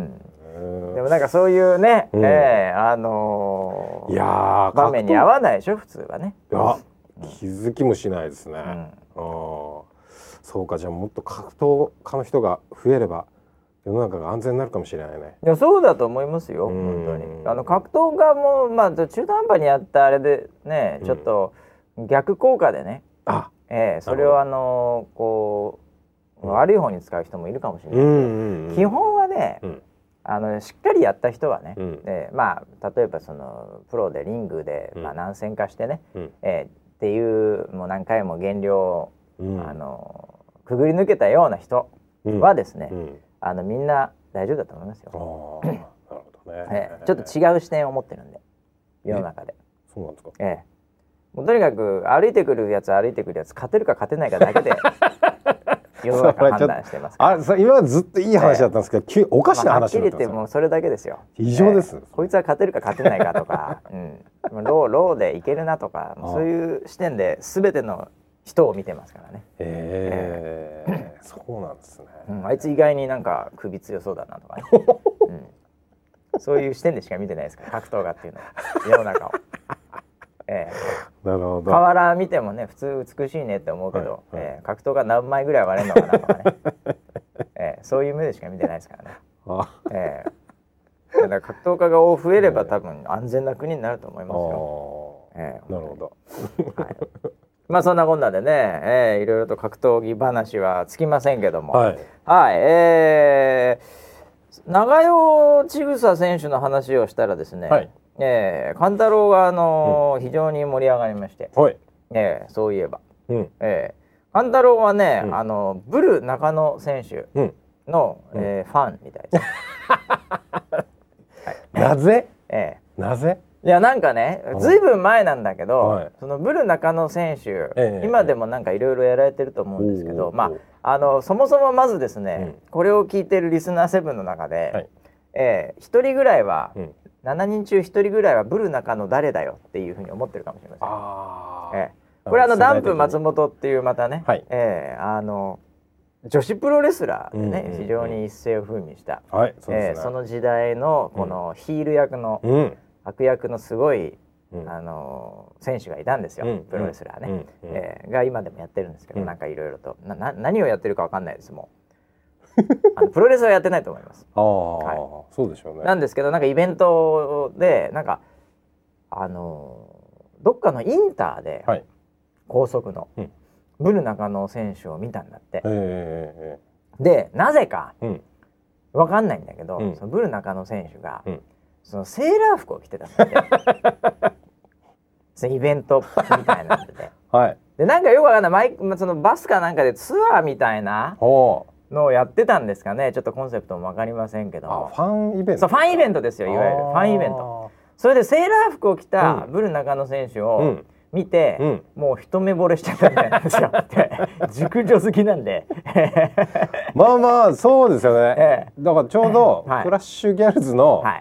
でもなんかそういうね、うん、えー、あのー、 いや場面に合わないでしょ普通はね。 いや気づきもしないですね、うん、そうかじゃあもっと格闘家の人が増えれば世の中が安全になるかもしれないね。 いやそうだと思いますよ本当に。あの格闘家もまあ中途半端にやったあれでねちょっと逆効果でね、うん、あ、えー、それをあのー、こう、うん、悪い方に使う人もいるかもしれないけど、うんうんうん、基本はね、うん、あのしっかりやった人はね、うん、でまあ例えばそのプロでリングで、まあ、何戦かしてね、うん、えー、っていうもう何回も減量を、うん、あのくぐり抜けたような人はですね、うんうん、あのみんな大丈夫だと思いますよ。なるほどね、ええ、ちょっと違う視点を持ってるんで世の中で。 そうなんですか。 ええ、もうとにかく歩いてくるやつ歩いてくるやつ勝てるか勝てないかだけで世の中判断してますから。 あ、今はずっといい話だったんですけど、急、おかしな話だったんですよ。 はっきり言ってもうそれだけですよ。 異常です、 えー、こいつは勝てるか勝てないかとか、うん、ローローでいけるなとか、そういう視点で全ての人を見てますからね。 えーえー、そうなんですね、 うん。あいつ意外になんか首強そうだなとかね、うん、そういう視点でしか見てないですから格闘家っていうのは世の中を。えー、なるほど。 瓦見てもね普通美しいねって思うけど、はいはい、えー、格闘家何枚ぐらい割れるのかなとかね、えー、そういう目でしか見てないですからね。あ、えー、だから格闘家が増えれば多分安全な国になると思いますよ。 えー、なるほど。 はい、まあそんなこんなでね、えー、いろいろと格闘技話はつきませんけども、はい、はい、えー、長与千種選手の話をしたらですね、はい、えー、勘太郎があのーうん、非常に盛り上がりまして、はい、えー、そういえば、うん、えー、勘太郎はね、うん、あのブル中野選手の、うん、えー、ファンみたいです。 はい、なぜ？えー、なぜ？ いやなんかねずいぶん前なんだけど、はい、そのブル中野選手、えー、今でもなんかいろいろやられてると思うんですけど、まああのそもそもまずですね、うん、これを聞いてるリスナーセブンの中で、はい、えー、ひとりぐらいは、うん、しちにん中ひとりぐらいはブル中野誰だよっていうふうに思ってるかもしれません。あ、えー、これあのダンプ松本っていうまたね、はい、えー、あの女子プロレスラーでね、うんうんうん、非常に一世を風靡した、はい、そうですね、えー、その時代のこのヒール役の、うん、悪役のすごい、うん、あの選手がいたんですよ、うん、プロレスラーね、うん、えー、が今でもやってるんですけど、うん、なんかいろいろとなな何をやってるかわかんないですもうあのプロレスはやってないと思います。 あ、はい、そうでしょうね。 なんですけどなんかイベントでなんかあのどっかのインターで、はい、高速の、うん、ブル中野選手を見たんだって、えー、でなぜか、うん、わかんないんだけど、うん、そのブル中野選手が、うん、そのセーラー服を着てたんだってそのイベントみたいなんで、ね、はい、でなんかよくわかんないマイそのバスかなんかでツアーみたいなのをやってたんですかね。ちょっとコンセプトもわかりませんけど、 あ、ファンイベント。 そうファンイベントですよ、いわゆるファンイベント。それでセーラー服を着たブル中野選手を見て、うん、もう一目惚れしちゃったみたいなんですよ熟女好きなんでまあまあそうですよね、ええ、だからちょうど、はい、クラッシュギャルズの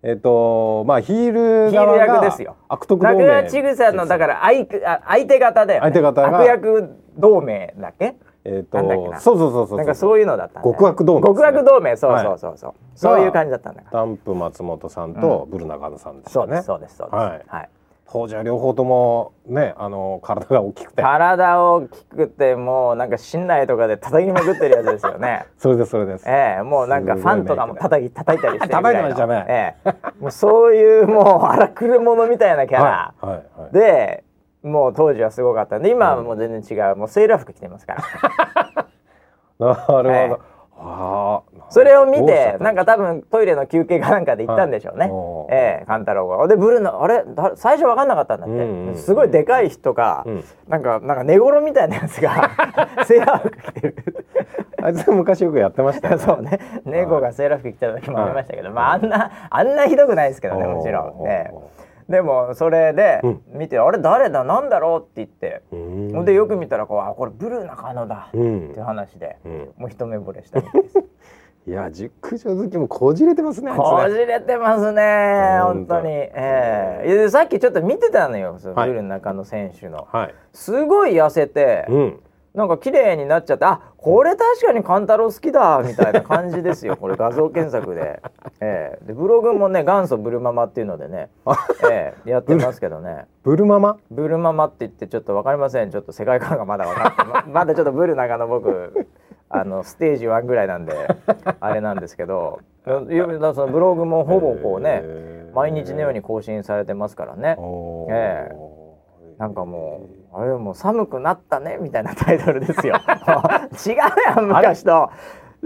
えっとまあヒール側が悪徳同盟、 中川千草のだから相相手方だよね。 相手方が悪役同盟だっけ？ えっとそうそうそうそう、 なんかそういうのだったんだよね。 極悪同盟、 極悪同盟、そうそうそうそう、そういう感じだったんだから。 ダンプ松本さんとブル中野さんですよね。 そうですそうですそうです。はい。 当時は両方ともね、あの体が大きくて体大きくてもうなんか心内とかで叩きまくってるやつですよね。 それですそれです。 ええ、もうなんかファンとかも叩き叩いたりしてる叩いてましたね。 ええ、もうそういうもう荒くる者みたいなキャラ、はいはいはい、でもう当時はすごかったんで、今はもう全然違う、もうセーラー服着てますから。 なるほど。ええ、 あそれを見てなんか多分トイレの休憩かなんかで行ったんでしょうね、はい、ええ、勘太郎がでブルーのあれだ最初分かんなかったんだって、うんうん、すごいでかい人が、うん、なんかなんか寝頃みたいなやつがセーラー服着てるあいつ昔よくやってましたよね。 そうね、猫がセーラー服着てた時もありましたけど、はい、まああんなあんなひどくないですけどね、もちろん、ええ、でもそれで見て、うん、あれ誰だなんだろうって言って、うん、でよく見たらこうあこれブルー中野だ、うん、っていう話で、うん、もう一目惚れしたみたいです。 いや熟女好きもこじれてますね。 こじれてますね本当に、えー、さっきちょっと見てたのよ、そのブルー中野選手の、はい、すごい痩せて、うん、なんか綺麗になっちゃって、あこれ確かに勘太郎好きだみたいな感じですよ。これ画像検索で、えー、でブログもね元祖ブルママっていうのでね、えー、やってますけどね。 ブルママブルママって言ってちょっと分かりません、ちょっと世界観がまだ分かって ま, まだちょっとブル中野僕あのステージワンぐらいなんであれなんですけど、そのブログもほぼこうね毎日のように更新されてますからね、えー、なんかもうあれもう寒くなったねみたいなタイトルですよ。違うやん昔と。 うん、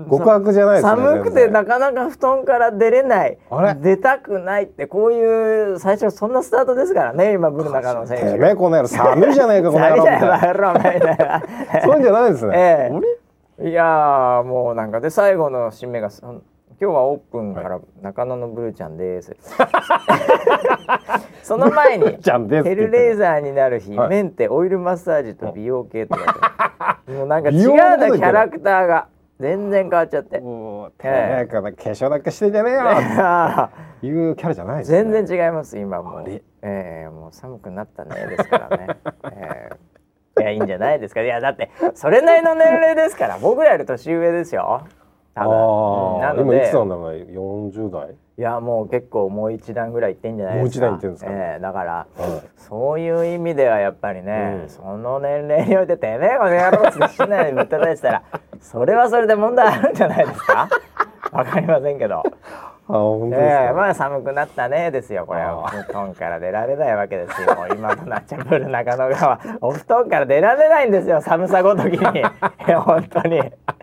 極悪じゃないですね。 寒くてなかなか布団から出れない、出たくないってこういう最初そんなスタートですからね、今ブル中野選手。 てめえこの野郎寒いじゃないかこの野郎みたいな。そういうんじゃないですね。ええ、いやもうなんかで最後の締めが今日はオープンから中野のブルーちゃんです。その前にヘルレーザーになる日、はい、メンテオイルマッサージと美容系とかもうなんか違うなキャラクターが。全然変わっちゃって、 もうてめえかな化粧だけしてんじゃねえよっていうキャラじゃないですね。 全然違います今もう、えー、もう寒くなったねですからね、えー、いやいいんじゃないですか。いやだってそれなりの年齢ですから僕らより年上ですよ多分。 あ、なので今いつなんだろう、よんじゅう代。 いやもう結構もう一段ぐらいいってんじゃないですか。 もう一段いってんですか、ね、 えー、だから、はい、そういう意味ではやっぱりね、うん、その年齢においててめえこの野郎ってしないでぶったたいてたらそれはそれで問題あるんじゃないですか。わかりませんけど。あ、 本当ですか。 えー、まあ寒くなったねですよ。これは布団から出られないわけですよ。今となっちゃブル中野川お布団から出られないんですよ、寒さごときに。本当に。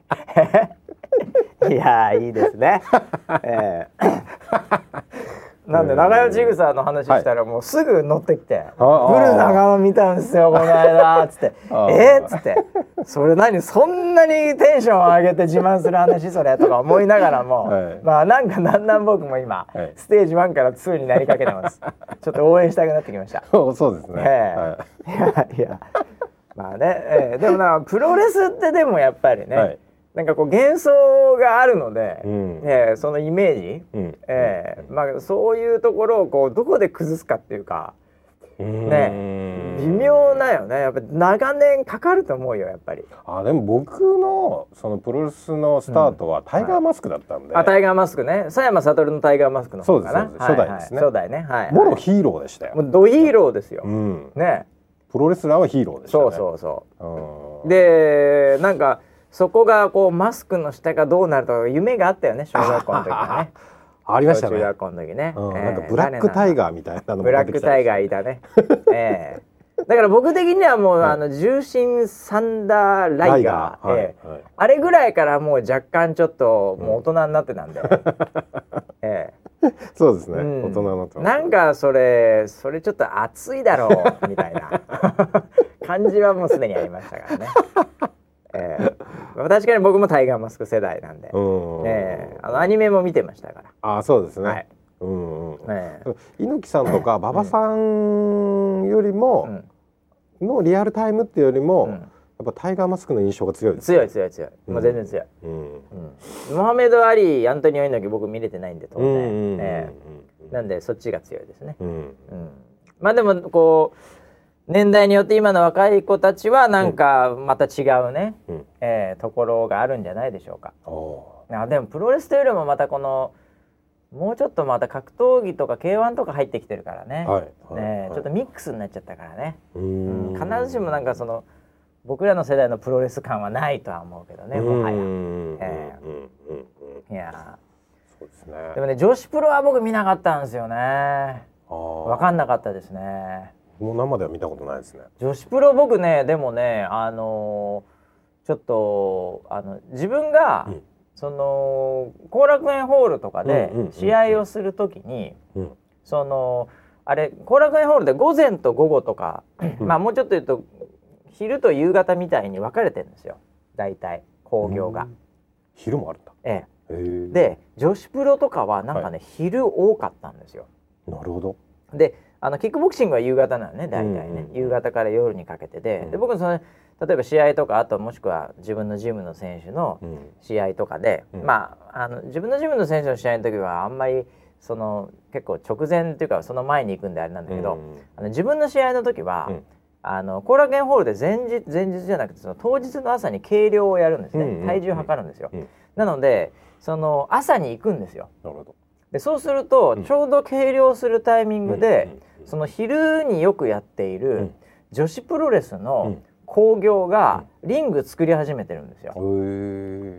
いやいいですね。えー、なんで長与千草の話したらもうすぐ乗ってきて「ブル長野見たんですよこの間」っつって「えっ?」つって「それ何そんなにテンション上げて自慢する話それ」とか思いながらも、はい、まあなんかだんだん僕も今、はい、ステージワンからツーになりかけてます。ちょっと応援したくなってきました。 そうですね。えーはい、いやいやまあね、えー、でもなプロレスってでもやっぱりね、はい、なんかこう幻想があるので、うん、えー、そのイメージ、うん、えー、まあ、そういうところをこうどこで崩すかっていうか、ね、微妙なよね。やっぱり長年かかると思うよやっぱり。 あ、でも僕のそのプロレスのスタートはタイガーマスクだったんで、 うん、はい、あタイガーマスクね、佐山悟のタイガーマスクの方かな。 そうです、初代ですね、 はいはい、初代ね、はいはい、 もろヒーローでしたよ。 もうドヒーローですよ、うん、ね、 プロレスラーはヒーローでしたね。 そうそうそう、うん、でなんかそこがこうマスクの下がどうなるとか夢があったよね、小学校の時はね。 ありましたね。 中学校の時ね、 うん、えー、なんかブラックタイガーみたいなのも出てきた、ブラックタイガーいたね。えー、だから僕的にはもう、はい、あの重心サンダーライガー、はい、えーはい、あれぐらいからもう若干ちょっともう大人になってたんで、うん、 えー、そうですね、うん、大人になってます。 なんかそれそれちょっと熱いだろうみたいな感じはもうすでにありましたからね。えー、確かに僕もタイガーマスク世代なんで、うん、えー、あのアニメも見てましたから。 あ、そうですね、はい、うんうん、えー、猪木さんとか馬場さんよりも、うん、のリアルタイムっていうよりも、うん、やっっぱタイガーマスクの印象が強いです、 ね、強い強い強い、うん、もう全然強い、うんうん、モハメド・アリー、アントニオ猪木僕見れてないんで当然、うんうんうんうんえー、なんでそっちが強いですね、うんうん、まあでもこう年代によって今の若い子たちはなんかまた違うね、うんえー、ところがあるんじゃないでしょうか。あでもプロレスというよりもまたこのもうちょっとまた格闘技とか ケーワン とか入ってきてるからね、はいはいねはい、ちょっとミックスになっちゃったからね、うん、必ずしもなんかその僕らの世代のプロレス感はないとは思うけどね、もはや、えー、いやそうですね。でもね女子プロは僕見なかったんですよね。分かんなかったですね。 もう生では見たことないですね。 女子プロ僕ねでもねあのー、ちょっとあの自分が、うんその後楽園ホールとかで試合をするときに、うんうんうん、そのあれ後楽園ホールで午前と午後とか、うん、まあもうちょっと言うと昼と夕方みたいに分かれてるんですよ大体興行が、うん、 昼もあるんだ、 ええ、へで女子プロとかはなんかね、はい、昼多かったんですよ。 なるほど。 であのキックボクシングは夕方なのね大体ね、うんうん、夕方から夜にかけてで、うん、で僕その例えば試合とかあともしくは自分のジムの選手の試合とかで、うん、まああの自分のジムの選手の試合の時はあんまりその結構直前っていうかその前に行くんであれなんだけど、うん、あの自分の試合の時は、うん、あの後楽園ホールで前日前日じゃなくてその当日の朝に計量をやるんですね、うんうん、体重測るんですよ、うん、なのでその朝に行くんですよ。なるほど。でそうすると、うん、ちょうど計量するタイミングで、うん、その昼によくやっている女子プロレスの、うん興行がリング作り始めてるんですよ。うん、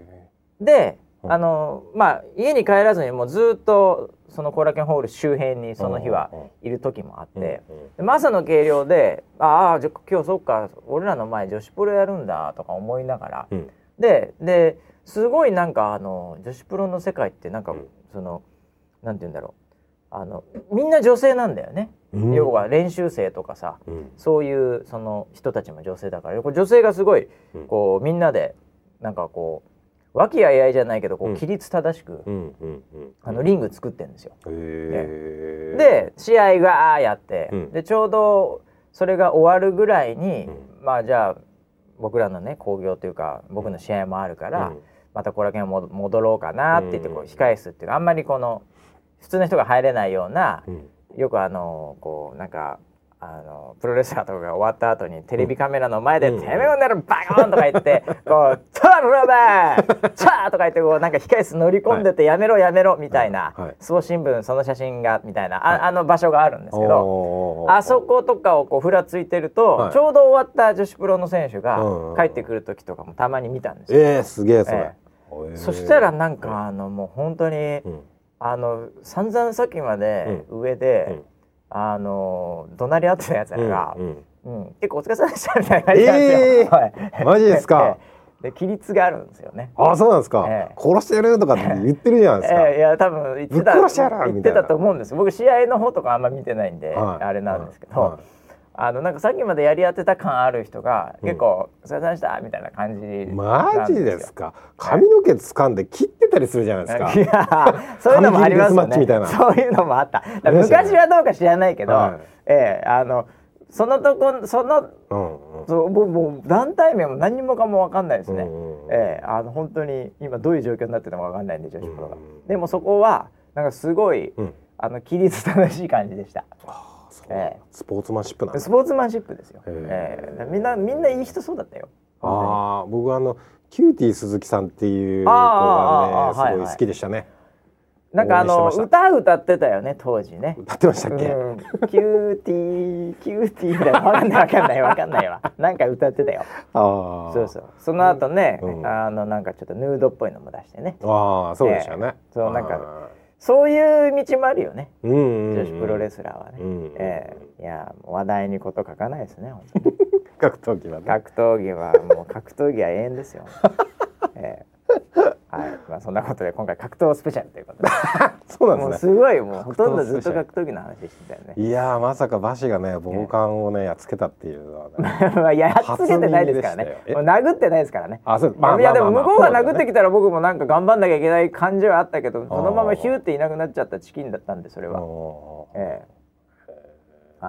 で、あのまあ家に帰らずにもうずっとその後楽園ホール周辺にその日はいる時もあって、で朝の計量でああじゃ今日そっか俺らの前女子プロやるんだとか思いながら、うん、でですごいなんかあの女子プロの世界ってなんか、うん、そのなんて言うんだろうあのみんな女性なんだよね。うん、要は練習生とかさ、うん、そういうその人たちも女性だから女性がすごいこう、うん、みんなでなんかこう和気あいあいじゃないけどこう規律正しく、うん、あのリング作ってるんですよ。で, で試合がやって、うん、でちょうどそれが終わるぐらいに、まあじゃあ僕らのね興行というか僕の試合もあるから、また後楽園戻ろうかなって言ってこう控え室っていうかあんまりこの普通の人が入れないような、よくあのこうなんかあのプロレスラーとかが終わった後にテレビカメラの前で「てめえをなるバコーン!」とか言って「こうトラバーチャー!」とか言ってこうなんか控室乗り込んでて「やめろやめろ」みたいな総新聞その写真がみたいな あ, あの場所があるんですけど、あそことかをこうふらついてるとちょうど終わった女子プロの選手が帰ってくる時とかもたまに見たんですよ。 えー、すげえそれ、 えー、そしたらなんかあのもう本当に、うんあの散々さっきまで上で、うん、あの怒鳴り合ってたやつらが、うんうんうん、結構お疲れ様でしたみたいな感じなんですよ、えーはい、 マジですかで規律があるんですよね。 あ、そうなんですか、えー、殺してやるとかって言ってるじゃないですか、 えー、いや多分言ってた言ってたと思うんです。僕試合の方とかあんま見てないんで、はい、あれなんですけど、はいはい、あのなんかさっきまでやり合ってた感ある人が結構、うん、お疲れ様でしたみたいな感じ。 マジですか。髪の毛掴んで切ってたりするじゃないですか。いやそういうのもありますよね。そういうのもあった。昔はどうか知らないけど、はい、えー、あのそのとこその、うんうん、そうもう団体名も何もかも分かんないですね。うんうん、えー、あの本当に今どういう状況になってるのか分かんないんで女子プロが、うんうん、でもそこはなんかすごい、うん、あの規律正しい感じでした。 えー、スポーツマンシップなんだ。 スポーツマンシップですよ。えー、みんなみんないい人そうだったよ。 ああ、僕あのキューティー鈴木さんっていう子がねすごい好きでしたね。 なんかあの歌歌ってたよね当時ね。 歌ってましたっけ？ うん、キューティーキューティーみたいなわかんないわかんないわかんないわ。なんか歌ってたよ。ああ。そうそう。その後ね、うん、あのなんかちょっとヌードっぽいのも出してね。 ああ、そうでしたね。 えー、そうなんか。そういう道もあるよね、うんうんうん、女子プロレスラーはね、うんうん、えー、いや話題にこと書かないですね本当に格闘技はね格闘技はもう格闘技は永遠ですよ、えーはい、まあ、そんなことで今回格闘スペシャルということでそうなんですね。 もうすごいもうほとんどずっと格闘技の話してたよね。 いやーまさかバシがね暴漢をねやっつけたっていうのは、ね、やっつけてないですからね。もう殴ってないですからね。 あ、そう、 まあまあまあまあ、いやでも向こうが殴ってきたら僕もなんか頑張んなきゃいけない感じはあったけど、そのままヒューっていなくなっちゃったチキンだったんでそれは。えー、はい。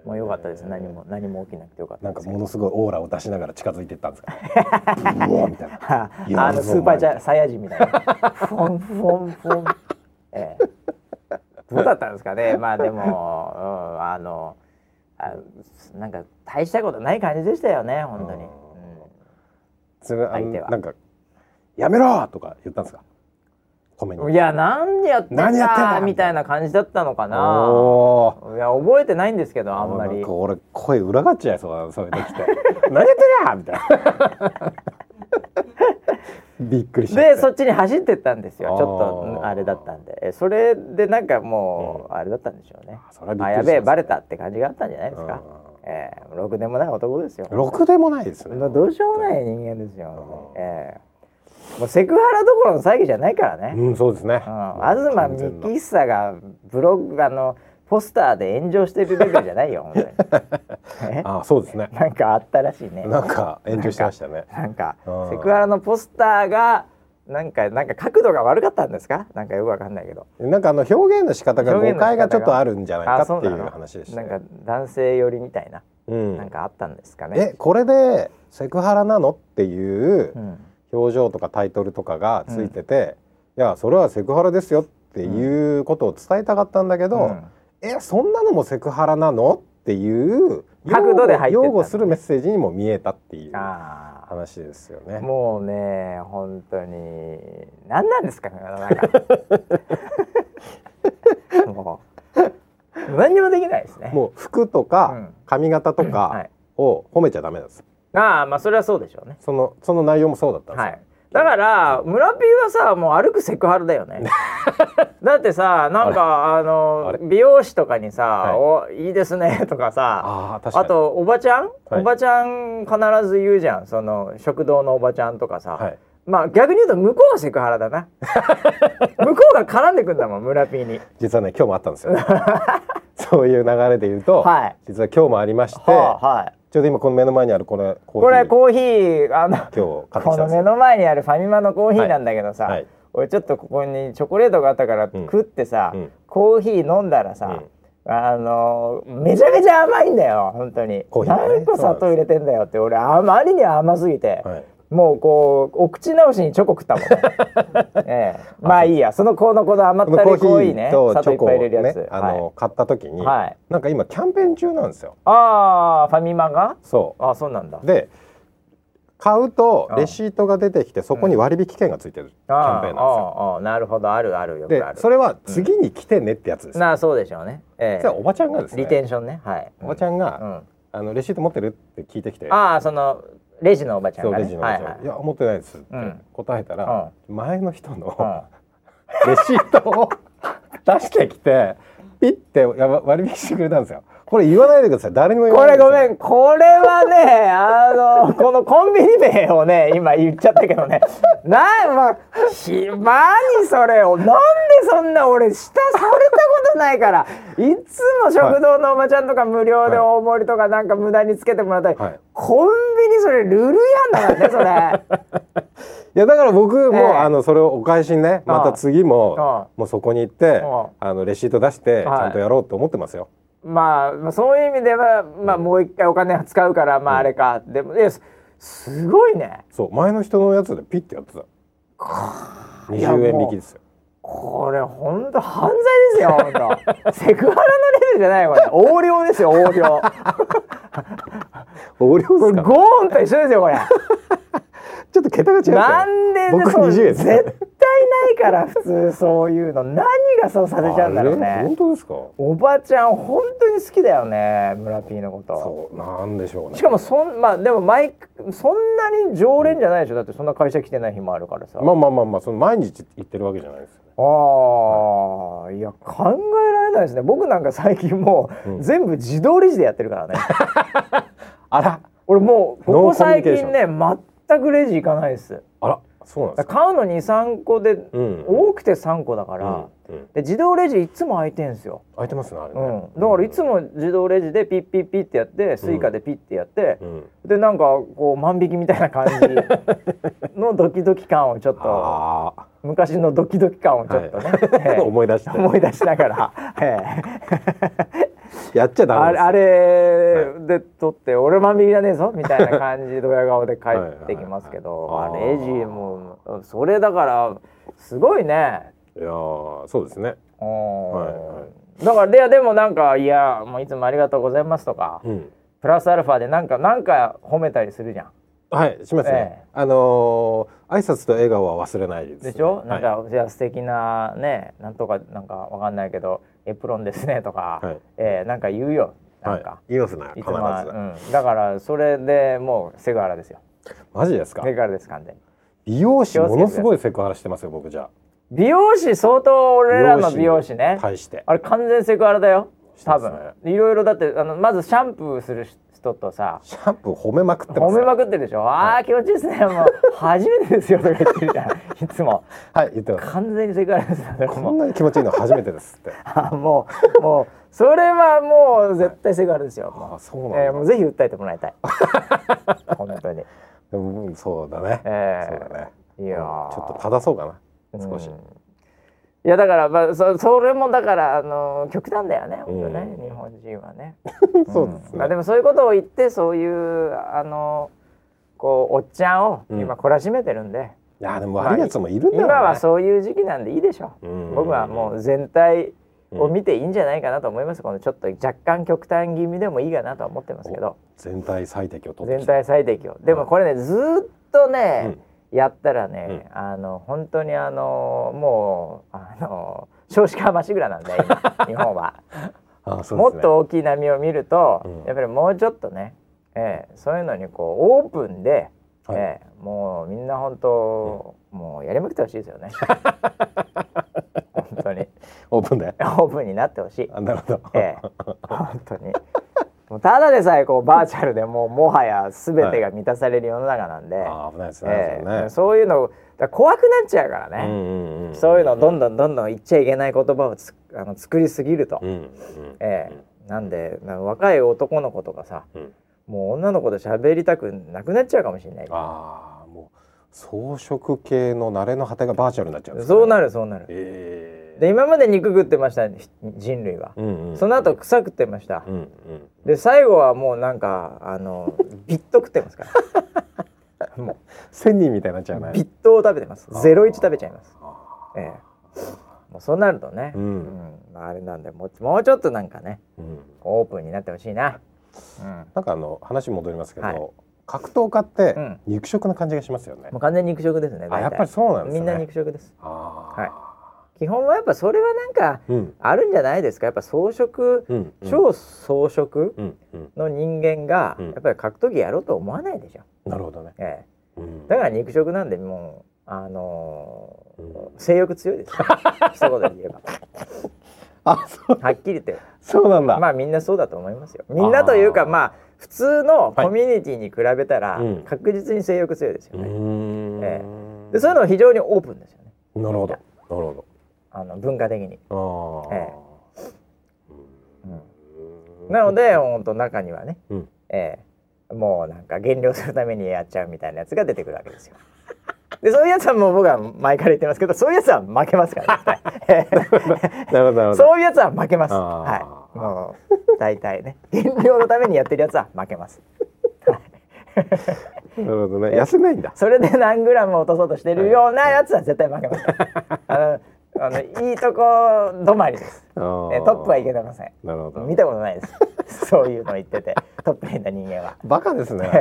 もう良かったです。何も何も起きなくてよかったです。なんかものすごいオーラを出しながら近づいていったんですか。うわみたいな。 あのスーパーサイヤ人みたいな。フォンフォンフォン。ええ、どうだったんですかね。まあでも、うん、あのあなんか大したことない感じでしたよね本当に。うん、 それ相手はなんかやめろとか言ったんですか。 いや何やってんだみたいな感じだったのかな。いや覚えてないんですけどあんまり。 なんか俺声裏がっちゃいそうだそういう時って何やってんやみたいな。びっくりした。 でそっちに走ってったんですよ。ちょっとあれだったんで、それでなんかもう、うん、あれだったんでしょうね。あやべえバレたって感じがあったんじゃないですか。えー、ろくでもない男ですよ。 ろくでもないですね。 どうしようもない人間ですよ。えーもうセクハラどころの詐欺じゃないからね。 うん、そうですね。 うん、東幹久がブログあのポスターで炎上してるレベルじゃないよ本当に。 あ、そうですね。 なんかあったらしいね。 なんか炎上してましたね。 なんか、なんかセクハラのポスターがなんかなんか角度が悪かったんですか？なんかよくわかんないけど。 なんかあの表現の仕方が誤解がちょっとあるんじゃないかっていう話でした、ね。 なんか男性寄りみたいな、うん、なんかあったんですかね。 え、これでセクハラなのっていう。うん、表情とかタイトルとかがついてて、うん、いやそれはセクハラですよっていうことを伝えたかったんだけど、うん、えそんなのもセクハラなのっていう角度で入ってた、ね、 擁護するメッセージにも見えたっていう話ですよね。 もうね本当に何なんですかねなんかもう何にもできないですね。 もう服とか髪型とかを褒めちゃダメなんです。 ああまあそれはそうでしょうね。 そのその内容もそうだったんですよ、はい、 だから村 P はさもう歩くセクハラだよね。だってさなんかあの美容師とかにさ、はい、おいいですねとかさ あ, 確かにあとおばちゃん、はい、おばちゃん必ず言うじゃんその食堂のおばちゃんとかさ、はい、まあ逆に言うと向こうがセクハラだな。向こうが絡んでくんだもん村 P に。 実はね今日もあったんですよ。そういう流れで言うと、はい、実は今日もありまして、はあはいちょうど今この目の前にあるこれコーヒー。 これコーヒーあの今日買ってきたんですよ。 この目の前にあるファミマのコーヒーなんだけどさ、はいはい、俺ちょっとここにチョコレートがあったから食ってさ、うん、コーヒー飲んだらさ、うん、あのめちゃめちゃ甘いんだよ本当に。コーヒーね、何個砂糖入れてんだよって俺あまりに甘すぎて。はいもうこうお口直しにチョコ食ったもん、ねええ、まあいいやそのこのこの甘ったるいコーヒーね砂糖いっぱい入れるやつ、ねあのはい、買った時に、はい、なんか今キャンペーン中なんですよ。 ああファミマがそうあそうなんだ。 で買うとレシートが出てきてそこに割引券がついてる、うん、キャンペーンなんですよ。 ああなるほどあるあるよくある。 でそれは次に来てねってやつです、 うん、なあそうでしょうね、ええ、 じゃあおばちゃんがですねリテンションねはい、 おばちゃんが、うん、あのレシート持ってるって聞いてきてああそのレジのおばちゃんがね、 そうレジのおばちゃん、はいはい、いや持ってないですって答えたら、うん、前の人の、うん、レシートを出してきてピッて割引してくれたんですよ。これ言わないでください。誰にも言わないでください。 これごめんこれはねあのこのコンビニ名をね今言っちゃったけどねなまあひまにそれをなんでそんな俺下されたことないからいつも食堂のおばちゃんとか無料で大盛りとかなんか無駄につけてもらったり、はい、コンビニそれルールやんだからねそれ。 いやだから僕も、えー、あのそれをお返しにねまた次ももうそこに行ってあのレシート出してちゃんとやろうと思ってますよ。 まあ、まあそういう意味では、まあ、もう一回お金使うからまああれか、うん、でもすすごいね。 そう前の人のやつでピッてやってたにじゅうえん引きですよ。 これ本当犯罪ですよ本当セクハラのレベルじゃないこれ横領ですよ横領横領ですか。 ゴーンと一緒ですよこれちょっと桁が違う。 なんで僕にじゅうえん絶対ないから普通そういうの何がそうさせちゃうんだろうね。 本当ですか。 おばちゃん本当に好きだよね村 P のこと。 そうなんでしょうね。 しかもそんまあでも毎そんなに常連じゃないでしょ、うん、だってそんな会社来てない日もあるからさ。 まあまあまあまあその毎日行ってるわけじゃないですよね。 ああ、はい、いや考えられないですね。僕なんか最近もう、うん、全部自動レジでやってるからね。 あら俺もうここ最近ね全くレジ行かないです。 あらそうなんですか。 買うの にさんこで、うん、多くてさんこだから、うんうん、で自動レジいつも開いてんすよ。 開いてますねあれね、 うん、だからいつも自動レジでピッピッピッってやって、うん、スイカでピッてやって、うん、でなんかこう万引きみたいな感じのドキドキ感をちょっと昔のドキドキ感をちょっとね、はいえー、思い出して思い出しながら、えーやっちゃダメです。 あれで撮って俺万引きじゃねえぞみたいな感じでドヤ顔で帰ってきますけど、はいはいはい、あれレジもそれだからすごいね。 いやそうですね。はいはい、だからいやでもなんかいやもういつもありがとうございますとか、うん、プラスアルファでなんかなんか褒めたりするじゃん。 はいしますね。ええ、あのー、挨拶と笑顔は忘れないです、ね。 でしょ。なんか、はい、じゃあ素敵なねなんとかなんかわかんないけどエプロンですねとか、はい、えー、なんか言うよなんか、はい、 言いますね必ず、うん、 だからそれでもうセクハラですよ。 マジですか。 セクハラです完全に。 美容師ものすごいセクハラしてますよ僕じゃあ。 美容師相当俺らの美容師ね対してあれ完全セクハラだよ多分、ね、いろいろだってあのまずシャンプーする人とさシャンプー褒めまくってます褒めまくってるでしょ、はい、あー気持ちいいですねもう初めてですよとか言ってるじゃんいつもはい言ってます完全にセクハラですよこんなに気持ちいいの初めてですってあもうもうそれはもう絶対セクハラですよ、はい、 あそうなんだ、 えー、もうぜひ訴えてもらいたい本当にでもそうだね、えー、そうだねいやちょっと正そうかな少し、うん、 いやだから、まあ、そ, それもだからあの極端だよね本当ね、うん、日本人はねそうですね、 うんまあ、でもそういうことを言ってそういうあのこうおっちゃんを今懲らしめてるんで、うん、いやでも悪いやつもいるんだよね、 まあ、今はそういう時期なんでいいでしょう、うん、僕はもう全体を見ていいんじゃないかなと思います、うん、このちょっと若干極端気味でもいいかなと思ってますけど全体最適を取って全体最適をでもこれねずっとね、うん、やったらね、うん、あの本当にあのもうあの少子化まっしぐらなんで今日本はああそうですね、もっと大きい波を見ると、うん、やっぱりもうちょっとね、えー、そういうのにこうオープンで、はいえー、もうみんな本当、うん、もうやりまくってほしいですよね本当にオープンでオープンになってほしい。 あなるほど、 えー、本当にもうただでさえこうバーチャルでもうもはや全てが満たされる世の中なんで、はい、 あ危ないですね、えー、 そういうのだ怖くなっちゃうからね、うんうんうん、そういうのどんどんどんどん言っちゃいけない言葉をつあの作りすぎると、うんうんえー、なんでなん若い男の子とかさ、うん、もう女の子と喋りたくなくなっちゃうかもしれない。 あもう装飾系の慣れの果てがバーチャルになっちゃうんですか、ね、そうなるそうなる、えー、で今まで肉食ってました人類は、うんうんうん、その後草食ってました、うんうん、で最後はもうなんかあのビット食ってますからもう千人みたいになっちゃうね。 ビットを食べてます。ゼロイチ食べちゃいます。ええ、もうそうなるとね、うんうん、あれなんでもう、もうちょっとなんかね、うん、オープンになってほしいな、 うん、なんかあの話戻りますけど、はい、格闘家って肉食な感じがしますよね、 うん、もう完全に肉食ですね。 あやっぱりそうなんですね。 みんな肉食です。あ、はい、基本はやっぱそれはなんかあるんじゃないですか。やっぱ装飾、うん、超装飾の人間がやっぱり格闘技やろうと思わないでしょ。 なるほどね、ええ、うん、だから肉食なんでもうあのーうん、性欲強いです、ね、一言で言えばあそうはっきり言ってそうなんだ。 まあみんなそうだと思いますよ。みんなというかまあ普通のコミュニティに比べたら確実に性欲強いですよね、うんええ、でそういうのは非常にオープンですよね。 なるほどなるほど。 あの文化的に、あ、ええ、うん、なので本当中にはね、うん、ええ、もうなんか減量するためにやっちゃうみたいなやつが出てくるわけですよ。でそういうやつはもう僕は前から言ってますけど、そういうやつは負けますからねそういうやつは負けます。はい、もう大体ね減量のためにやってるやつは負けますなるほどね、痩せないんだ。 それで何グラム落とそうとしてるようなやつは絶対負けますあのあのいいとこ止まりです。えトップはいけてません。なるほど。見たことないですそういうの言っててトップにいた人間はバカですね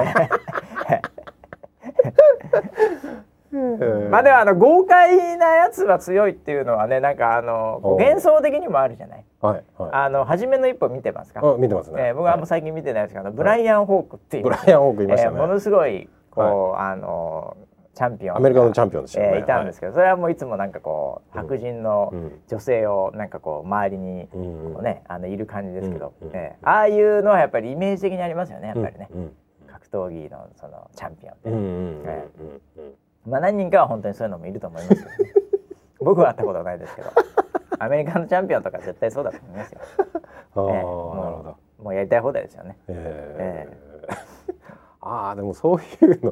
まあでもあの豪快なやつは強いっていうのはね、なんかあの幻想的にもあるじゃない。はいはい、あの初めの一歩見てますか。 あ見てますね、 えー、僕はあんま最近見てないですけど、はい、ブライアン・ホークっていう、 ブライアン・ホークいましたね、 えー、ものすごいこう、はい、あのチャンピオンアメリカのチャンピオンですよね、 えー、いたんですけど、はい、それはもういつもなんかこう白人の女性をなんかこう周りにこう、ね、あのいる感じですけど、うんうんえー、ああいうのはやっぱりイメージ的にありますよね、やっぱりね、うんうん、格闘技のそのチャンピオンってね、うんうんうんえー、まあ何人かは本当にそういうのもいると思いますけど、ね、僕は会ったことはないですけどアメリカのチャンピオンとか絶対そうだと思いますよ。あ、えー、もう、なるほど、もうやりたい放題ですよね。えーえー、ああでもそういうの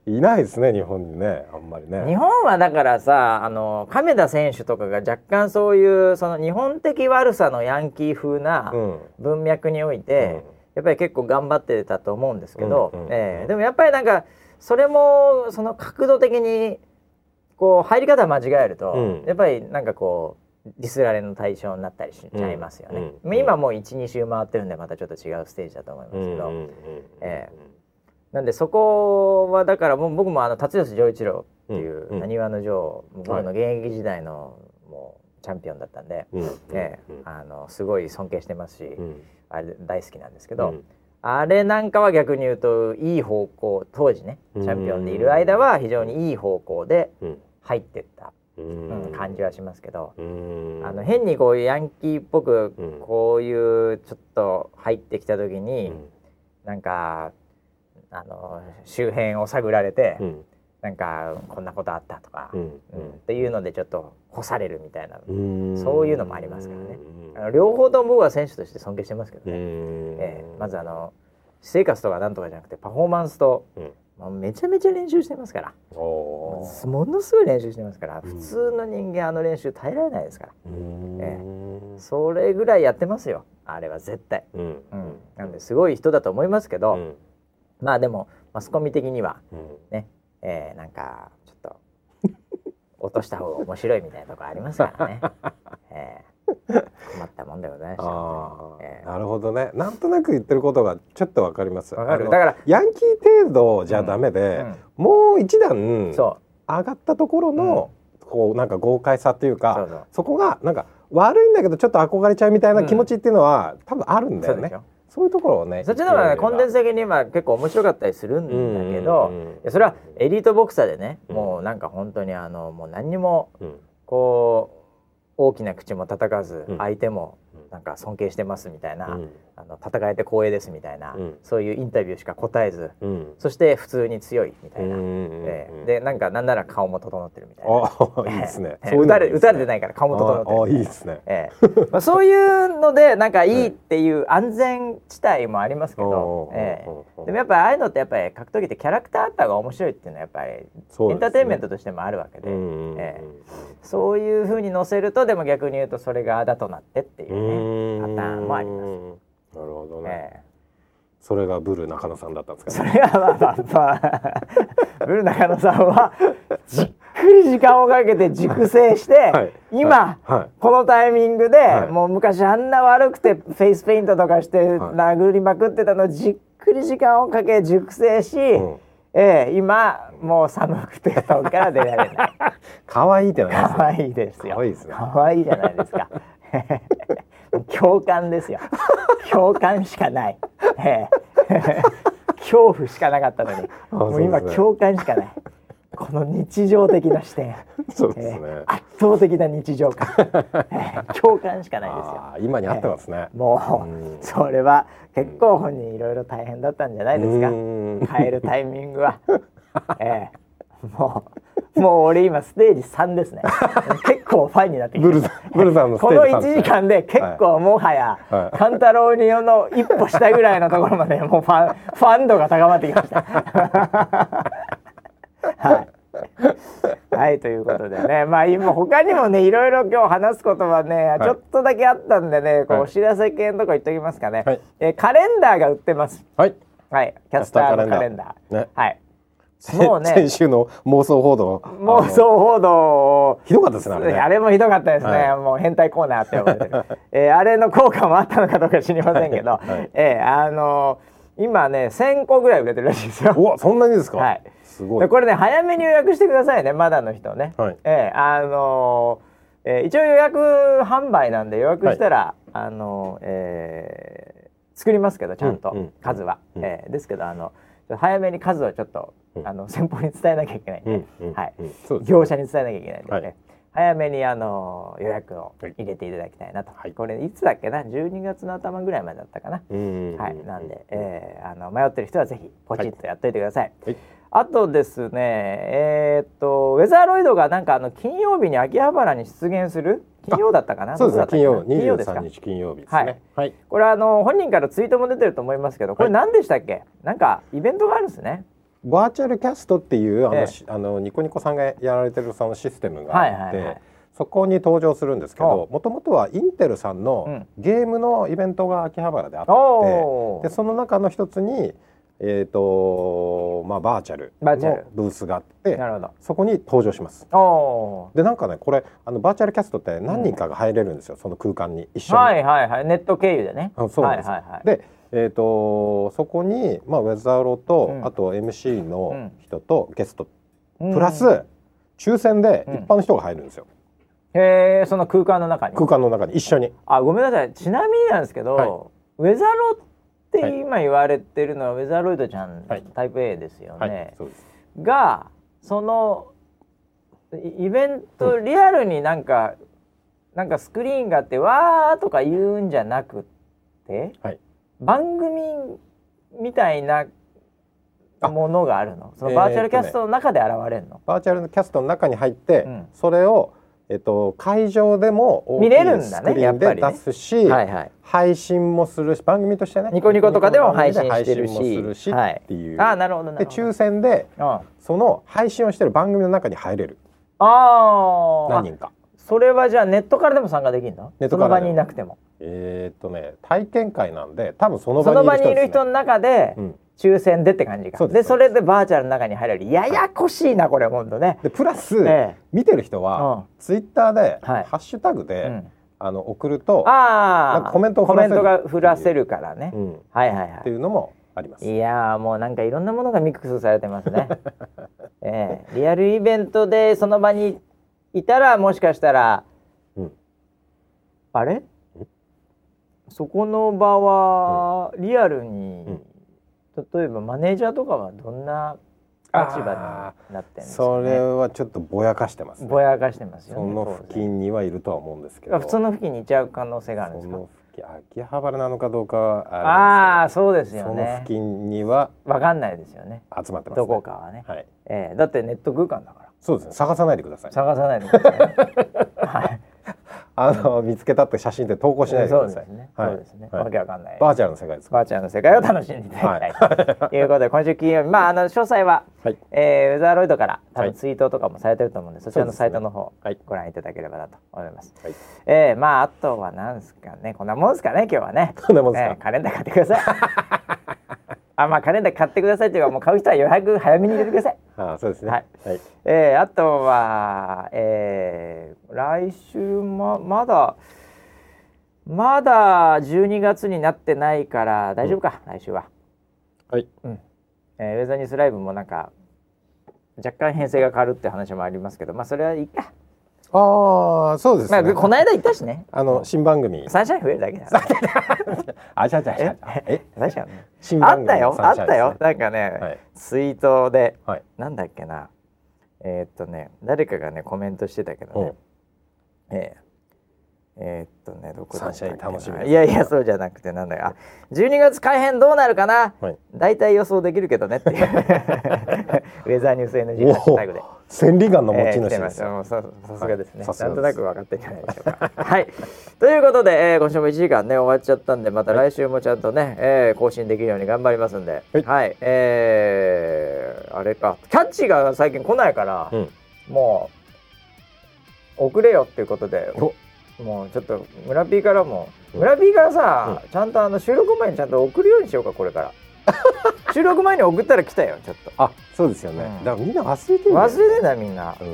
いないですね日本にね、あんまりね。 日本はだからさ、あの亀田選手とかが若干そういうその日本的悪さのヤンキー風な文脈において、うん、やっぱり結構頑張ってたと思うんですけど、うんうん、えー、でもやっぱりなんかそれもその角度的にこう入り方間違えると、うん、やっぱりなんかこうディスられの対象になったりしちゃいますよね、うんうん、今もう いちに 周回ってるんでまたちょっと違うステージだと思いますけど、うんうん、えーなんでそこはだからもう僕もあの辰吉丈一郎っていうなにわの女王、うん、僕の現役時代のもうチャンピオンだったんで、うんえーうん、あのすごい尊敬してますし、うん、あれ大好きなんですけど、うん、あれなんかは逆に言うといい方向、当時ねチャンピオンでいる間は非常にいい方向で入ってった、うんうん、感じはしますけど、あの変にこういうヤンキーっぽくこういうちょっと入ってきた時に、うん、なんかあの周辺を探られて、うん、なんかこんなことあったとか、うんうん、っていうのでちょっと干されるみたいな、そういうのもありますからね。あの両方とも僕は選手として尊敬してますけどね、えー、まずあの私生活とかなんとかじゃなくてパフォーマンスと、うんまあ、めちゃめちゃ練習してますから、ものすごい練習してますから、普通の人間あの練習耐えられないですから、えー、それぐらいやってますよあれは絶対、うんうん、なんですごい人だと思いますけど、うんまあでもマスコミ的にはね、うん、えー、なんかちょっと落とした方が面白いみたいなところありますからね、えー、困ったもんでございました、ねえー、 なるほどね。なんとなく言ってることがちょっとわかります。 わかる。だからヤンキー程度じゃダメで、うんうん、もう一段上がったところの、うん、こうなんか豪快さっていうか、そうそう、そこがなんか悪いんだけどちょっと憧れちゃうみたいな気持ちっていうのは、うん、多分あるんだよね。そうそういうところをね、 そっちの方がねコンテンツ的には結構面白かったりするんだけど、うんうんうん、それはエリートボクサーでね、うん、もうなんか本当にあのもう何にもこう大きな口も叩かず、うん、相手もなんか尊敬してますみたいな、うん、あの戦えて光栄ですみたいな、うん、そういうインタビューしか答えず、うん、そして普通に強いみたいな、えー、でなんかなんなら顔も整ってるみたいな、 あいいですね、 えー、そういうのいいですね、打たれ、打たれてないから顔も整ってる、 ああいいですね、 えーまあ、そういうのでなんかいいっていう安全地帯もありますけど、えー、でもやっぱりああいうのってやっぱり格闘技ってキャラクターあった方が面白いっていうのはやっぱりエンターテインメントとしてもあるわけで、えー、そういう風に載せるとでも逆に言うとそれがあだとなってっていうねパターンもあります。 なるほどね、えー、それがブル中野さんだったんですかね。それがまあまあ、まあ、ブル中野さんはじっくり時間をかけて熟成して、はい、今、はい、このタイミングで、はい、もう昔あんな悪くてフェイスペイントとかして殴りまくってたのをじっくり時間をかけ熟成し、うんえー、今もう寒くて布団から出られない。 可愛いってないですか。 可愛いですよ。 可愛いですね。 可愛いじゃないですか。共感ですよ。共感しかない。えー、恐怖しかなかったのに、もう今共感しかない。この日常的な視点、 そうですね、 えー、圧倒的な日常感、えー、共感しかないですよ。 今に合ってますね、 えー、もうそれは結構本人いろいろ大変だったんじゃないですか。変えるタイミングは、えー、もうもう俺今ステージさんですね。結構ファンになってきて、 ブルブルさんのステージこのいちじかんで結構もはや、はい、カンタロウニオの一歩下ぐらいのところまでもうファンファン度が高まってきました。はい、はい、ということでね、まあ今他にもねいろいろ今日話すことはね、はい、ちょっとだけあったんでね、こうお知らせ系のとこ言っときますかね、はい、えカレンダーが売ってます。はい、はい、キャスターのカレンダー、ね、はい、 もうね先週の妄想報道妄想報道ひどかったですね、あれね。 あれもひどかったですね、はい、もう変態コーナーって呼ばれてる、えー、あれの効果もあったのかどうか知りませんけど、はい、えー、あのー、今ねせんこぐらい売れてるらしいですよ。 うわ、そんなにですか。はい、すごい。 これね早めに予約してくださいね、まだの人ね、はい、えー、あのーえー、一応予約販売なんで予約したら、はい、あのーえー、作りますけどちゃんと、うんうん、数は、うん、えー、ですけどあの早めに数をちょっと、うん、あの先方に伝えなきゃいけないんで、うんうん、はい、うん、業者に伝えなきゃいけないんで、ね、はい、早めにあの予約を入れていただきたいなと、はい、これいつだっけな、じゅうにがつの頭ぐらいまでだったかな、はい、なんで、えー、あの迷ってる人はぜひポチッとやっといてください、はい、あとですね、えー、っとウェザーロイドがなんかあの金曜日に秋葉原に出現する、金曜だったかな、 そうですね、金曜にじゅうさんにち金曜日ですね、はいはい、これあの本人からツイートも出てると思いますけど、これ何でしたっけ、はい、なんかイベントがあるんですね。 バーチャルキャストっていうあの、ええ、あのニコニコさんがやられてるそのシステムがあって、はいはいはい、そこに登場するんですけど、もともとはインテルさんのゲームのイベントが秋葉原であって、うん、でその中の一つにえーとまあ、バーチャルのブースがあって、そこに登場します。でなんかねこれあのバーチャルキャストって何人かが入れるんですよ、うん、その空間に一緒に。 はいはいはい、ネット経由でね。 あそうなんです、はいはいはい、で、えーとそこに、まあ、ウェザーロと、うん、あと エムシー の人とゲスト、うん、プラス抽選で一般の人が入るんですよ。 うん、へえ、その空間の中に。 空間の中に一緒に。 あ、ごめんなさい、ちなみになんですけど、はい、ウェザーロって今言われてるのは、はい、ウェザーロイドちゃん、はい、タイプ A ですよね、はい、そうです。がそのイベント、うん、リアルになんかなんかスクリーンがあってわーとか言うんじゃなくて、はい、番組みたいなものがあるの？そのバーチャルキャストの中で現れるの？ えーっとね、バーチャルキャストの中に入って、うん、それをえっと、会場でも見れるんだね、 スクリーンで出すし、ね、はいはい、配信もするし、番組としてね、 ニコニコとかでも配信してるし、 配信もするしっていう、 はい、あ、なるほどなるほど。 で抽選で、うん、その配信をしてる番組の中に入れる。 ああ、 何人か。 それはじゃあネットからでも参加できるの？ネットからその場にいなくても。 えー、っとね、体験会なんで、多分その場にいる人ですね。 その場にいる人の中で。うん、抽選でって感じか。そでそれでバーチャルの中に入れる。ややこしいなこれ本当ね。 でプラス、ええ、見てる人は、うん、ツイッターで、はい、ハッシュタグで、うん、あの送ると、 あなんかコメントを振らせる、コメントが振らせるからね、うん、はいはいはいっていうのもあります。 いやもうなんかいろんなものがミックスされてますね。ええ、リアルイベントでその場にいたらもしかしたら、うん、あれ？そこの場はリアルに、うん、例えばマネージャーとかはどんな立場になってるんですかね。 それはちょっとぼやかしてますね。 ぼやかしてますよね。 その付近にはいるとは思うんですけど。 普通の付近にいちゃう可能性があるんですか。 その付近、秋葉原なのかどうかはあるんですけど。 ああ、そうですよね。 その付近にはわかんないですよね。 集まってますね。 どこかはね。 はい。 えー、だってネット空間だから。 そうですね。探さないでください。 探さないでください、ね。はい。 あの見つけたって写真で投稿しないでください。そうですね。 そうですね。わけわかんない。 バーチャルの世界です。 バーチャルの世界を楽しんでいただきたいということで、今週金曜日、まああの詳細は、はい、えー、ウェザーロイドから多分ツイートとかもされてると思うんで、そちらのサイトの方、ご覧いただければなと思います。はい、えー、まああとはなんですかね、こんなもんですかね今日はね。 こんなもんですか。 えー、カレンダー買ってください。あ、まあカレンダー買ってくださいというか、もう買う人は予約早めに入れてください。 ああ、そうですね。 はい。はい、えー、あとは、えー、来週ままだ。まだじゅうにがつになってないから大丈夫か、うん、来週は。 はい、 うん、えー、ウェザーニュースライブもなんか若干編成が変わるって話もありますけど、まあそれはいいか。 ああ、そうですね。 まあ、この間言ったしね。 あの新番組。 サンシャイン増えるだけだ。 あ、ちゃちゃちゃ。 え、サンシャイン。新番組。あったよ、あったよ。なんかね、はい、ツイートで、はい、なんだっけな。えー、っとね、誰かがねコメントしてたけどね。うん、えーえー、っとねどこだったっけな。楽しみ。いやいやそうじゃなくてなんだよ。あ、じゅうにがつ改編どうなるかな。はい、だいたい予想できるけどねっていうウェザーニュース エヌジー ハッシュタグで千里眼の持ち主です。 えー、さすがですね。はい、なんとなく分かってんじゃないでしょうか。はい。ということで、えー、今週もいちじかんね終わっちゃったんで、また来週もちゃんとね、はい、えー、更新できるように頑張りますんで、はい。はい、えー、あれかキャッチが最近来ないから、うん、もう遅れよっていうことで。もうちょっと村 P からも、うん、村 P からさ、うん、ちゃんとあの収録前にちゃんと送るようにしようかこれから収録前に送ったら来たよちょっと。 あ、そうですよね、うん、だからみんな忘れてるんだよ、ね、忘れてんだみんな、うんうん、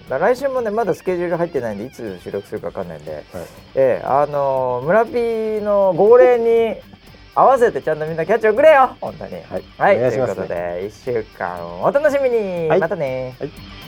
だ来週もねまだスケジュール入ってないんでいつ収録するか分かんないんで、はい、えー、あのー、村 P の号令に合わせてちゃんとみんなキャッチ送れよ本当に。はい、はい、ということでいっしゅうかんお楽しみに、はい、またね、はい。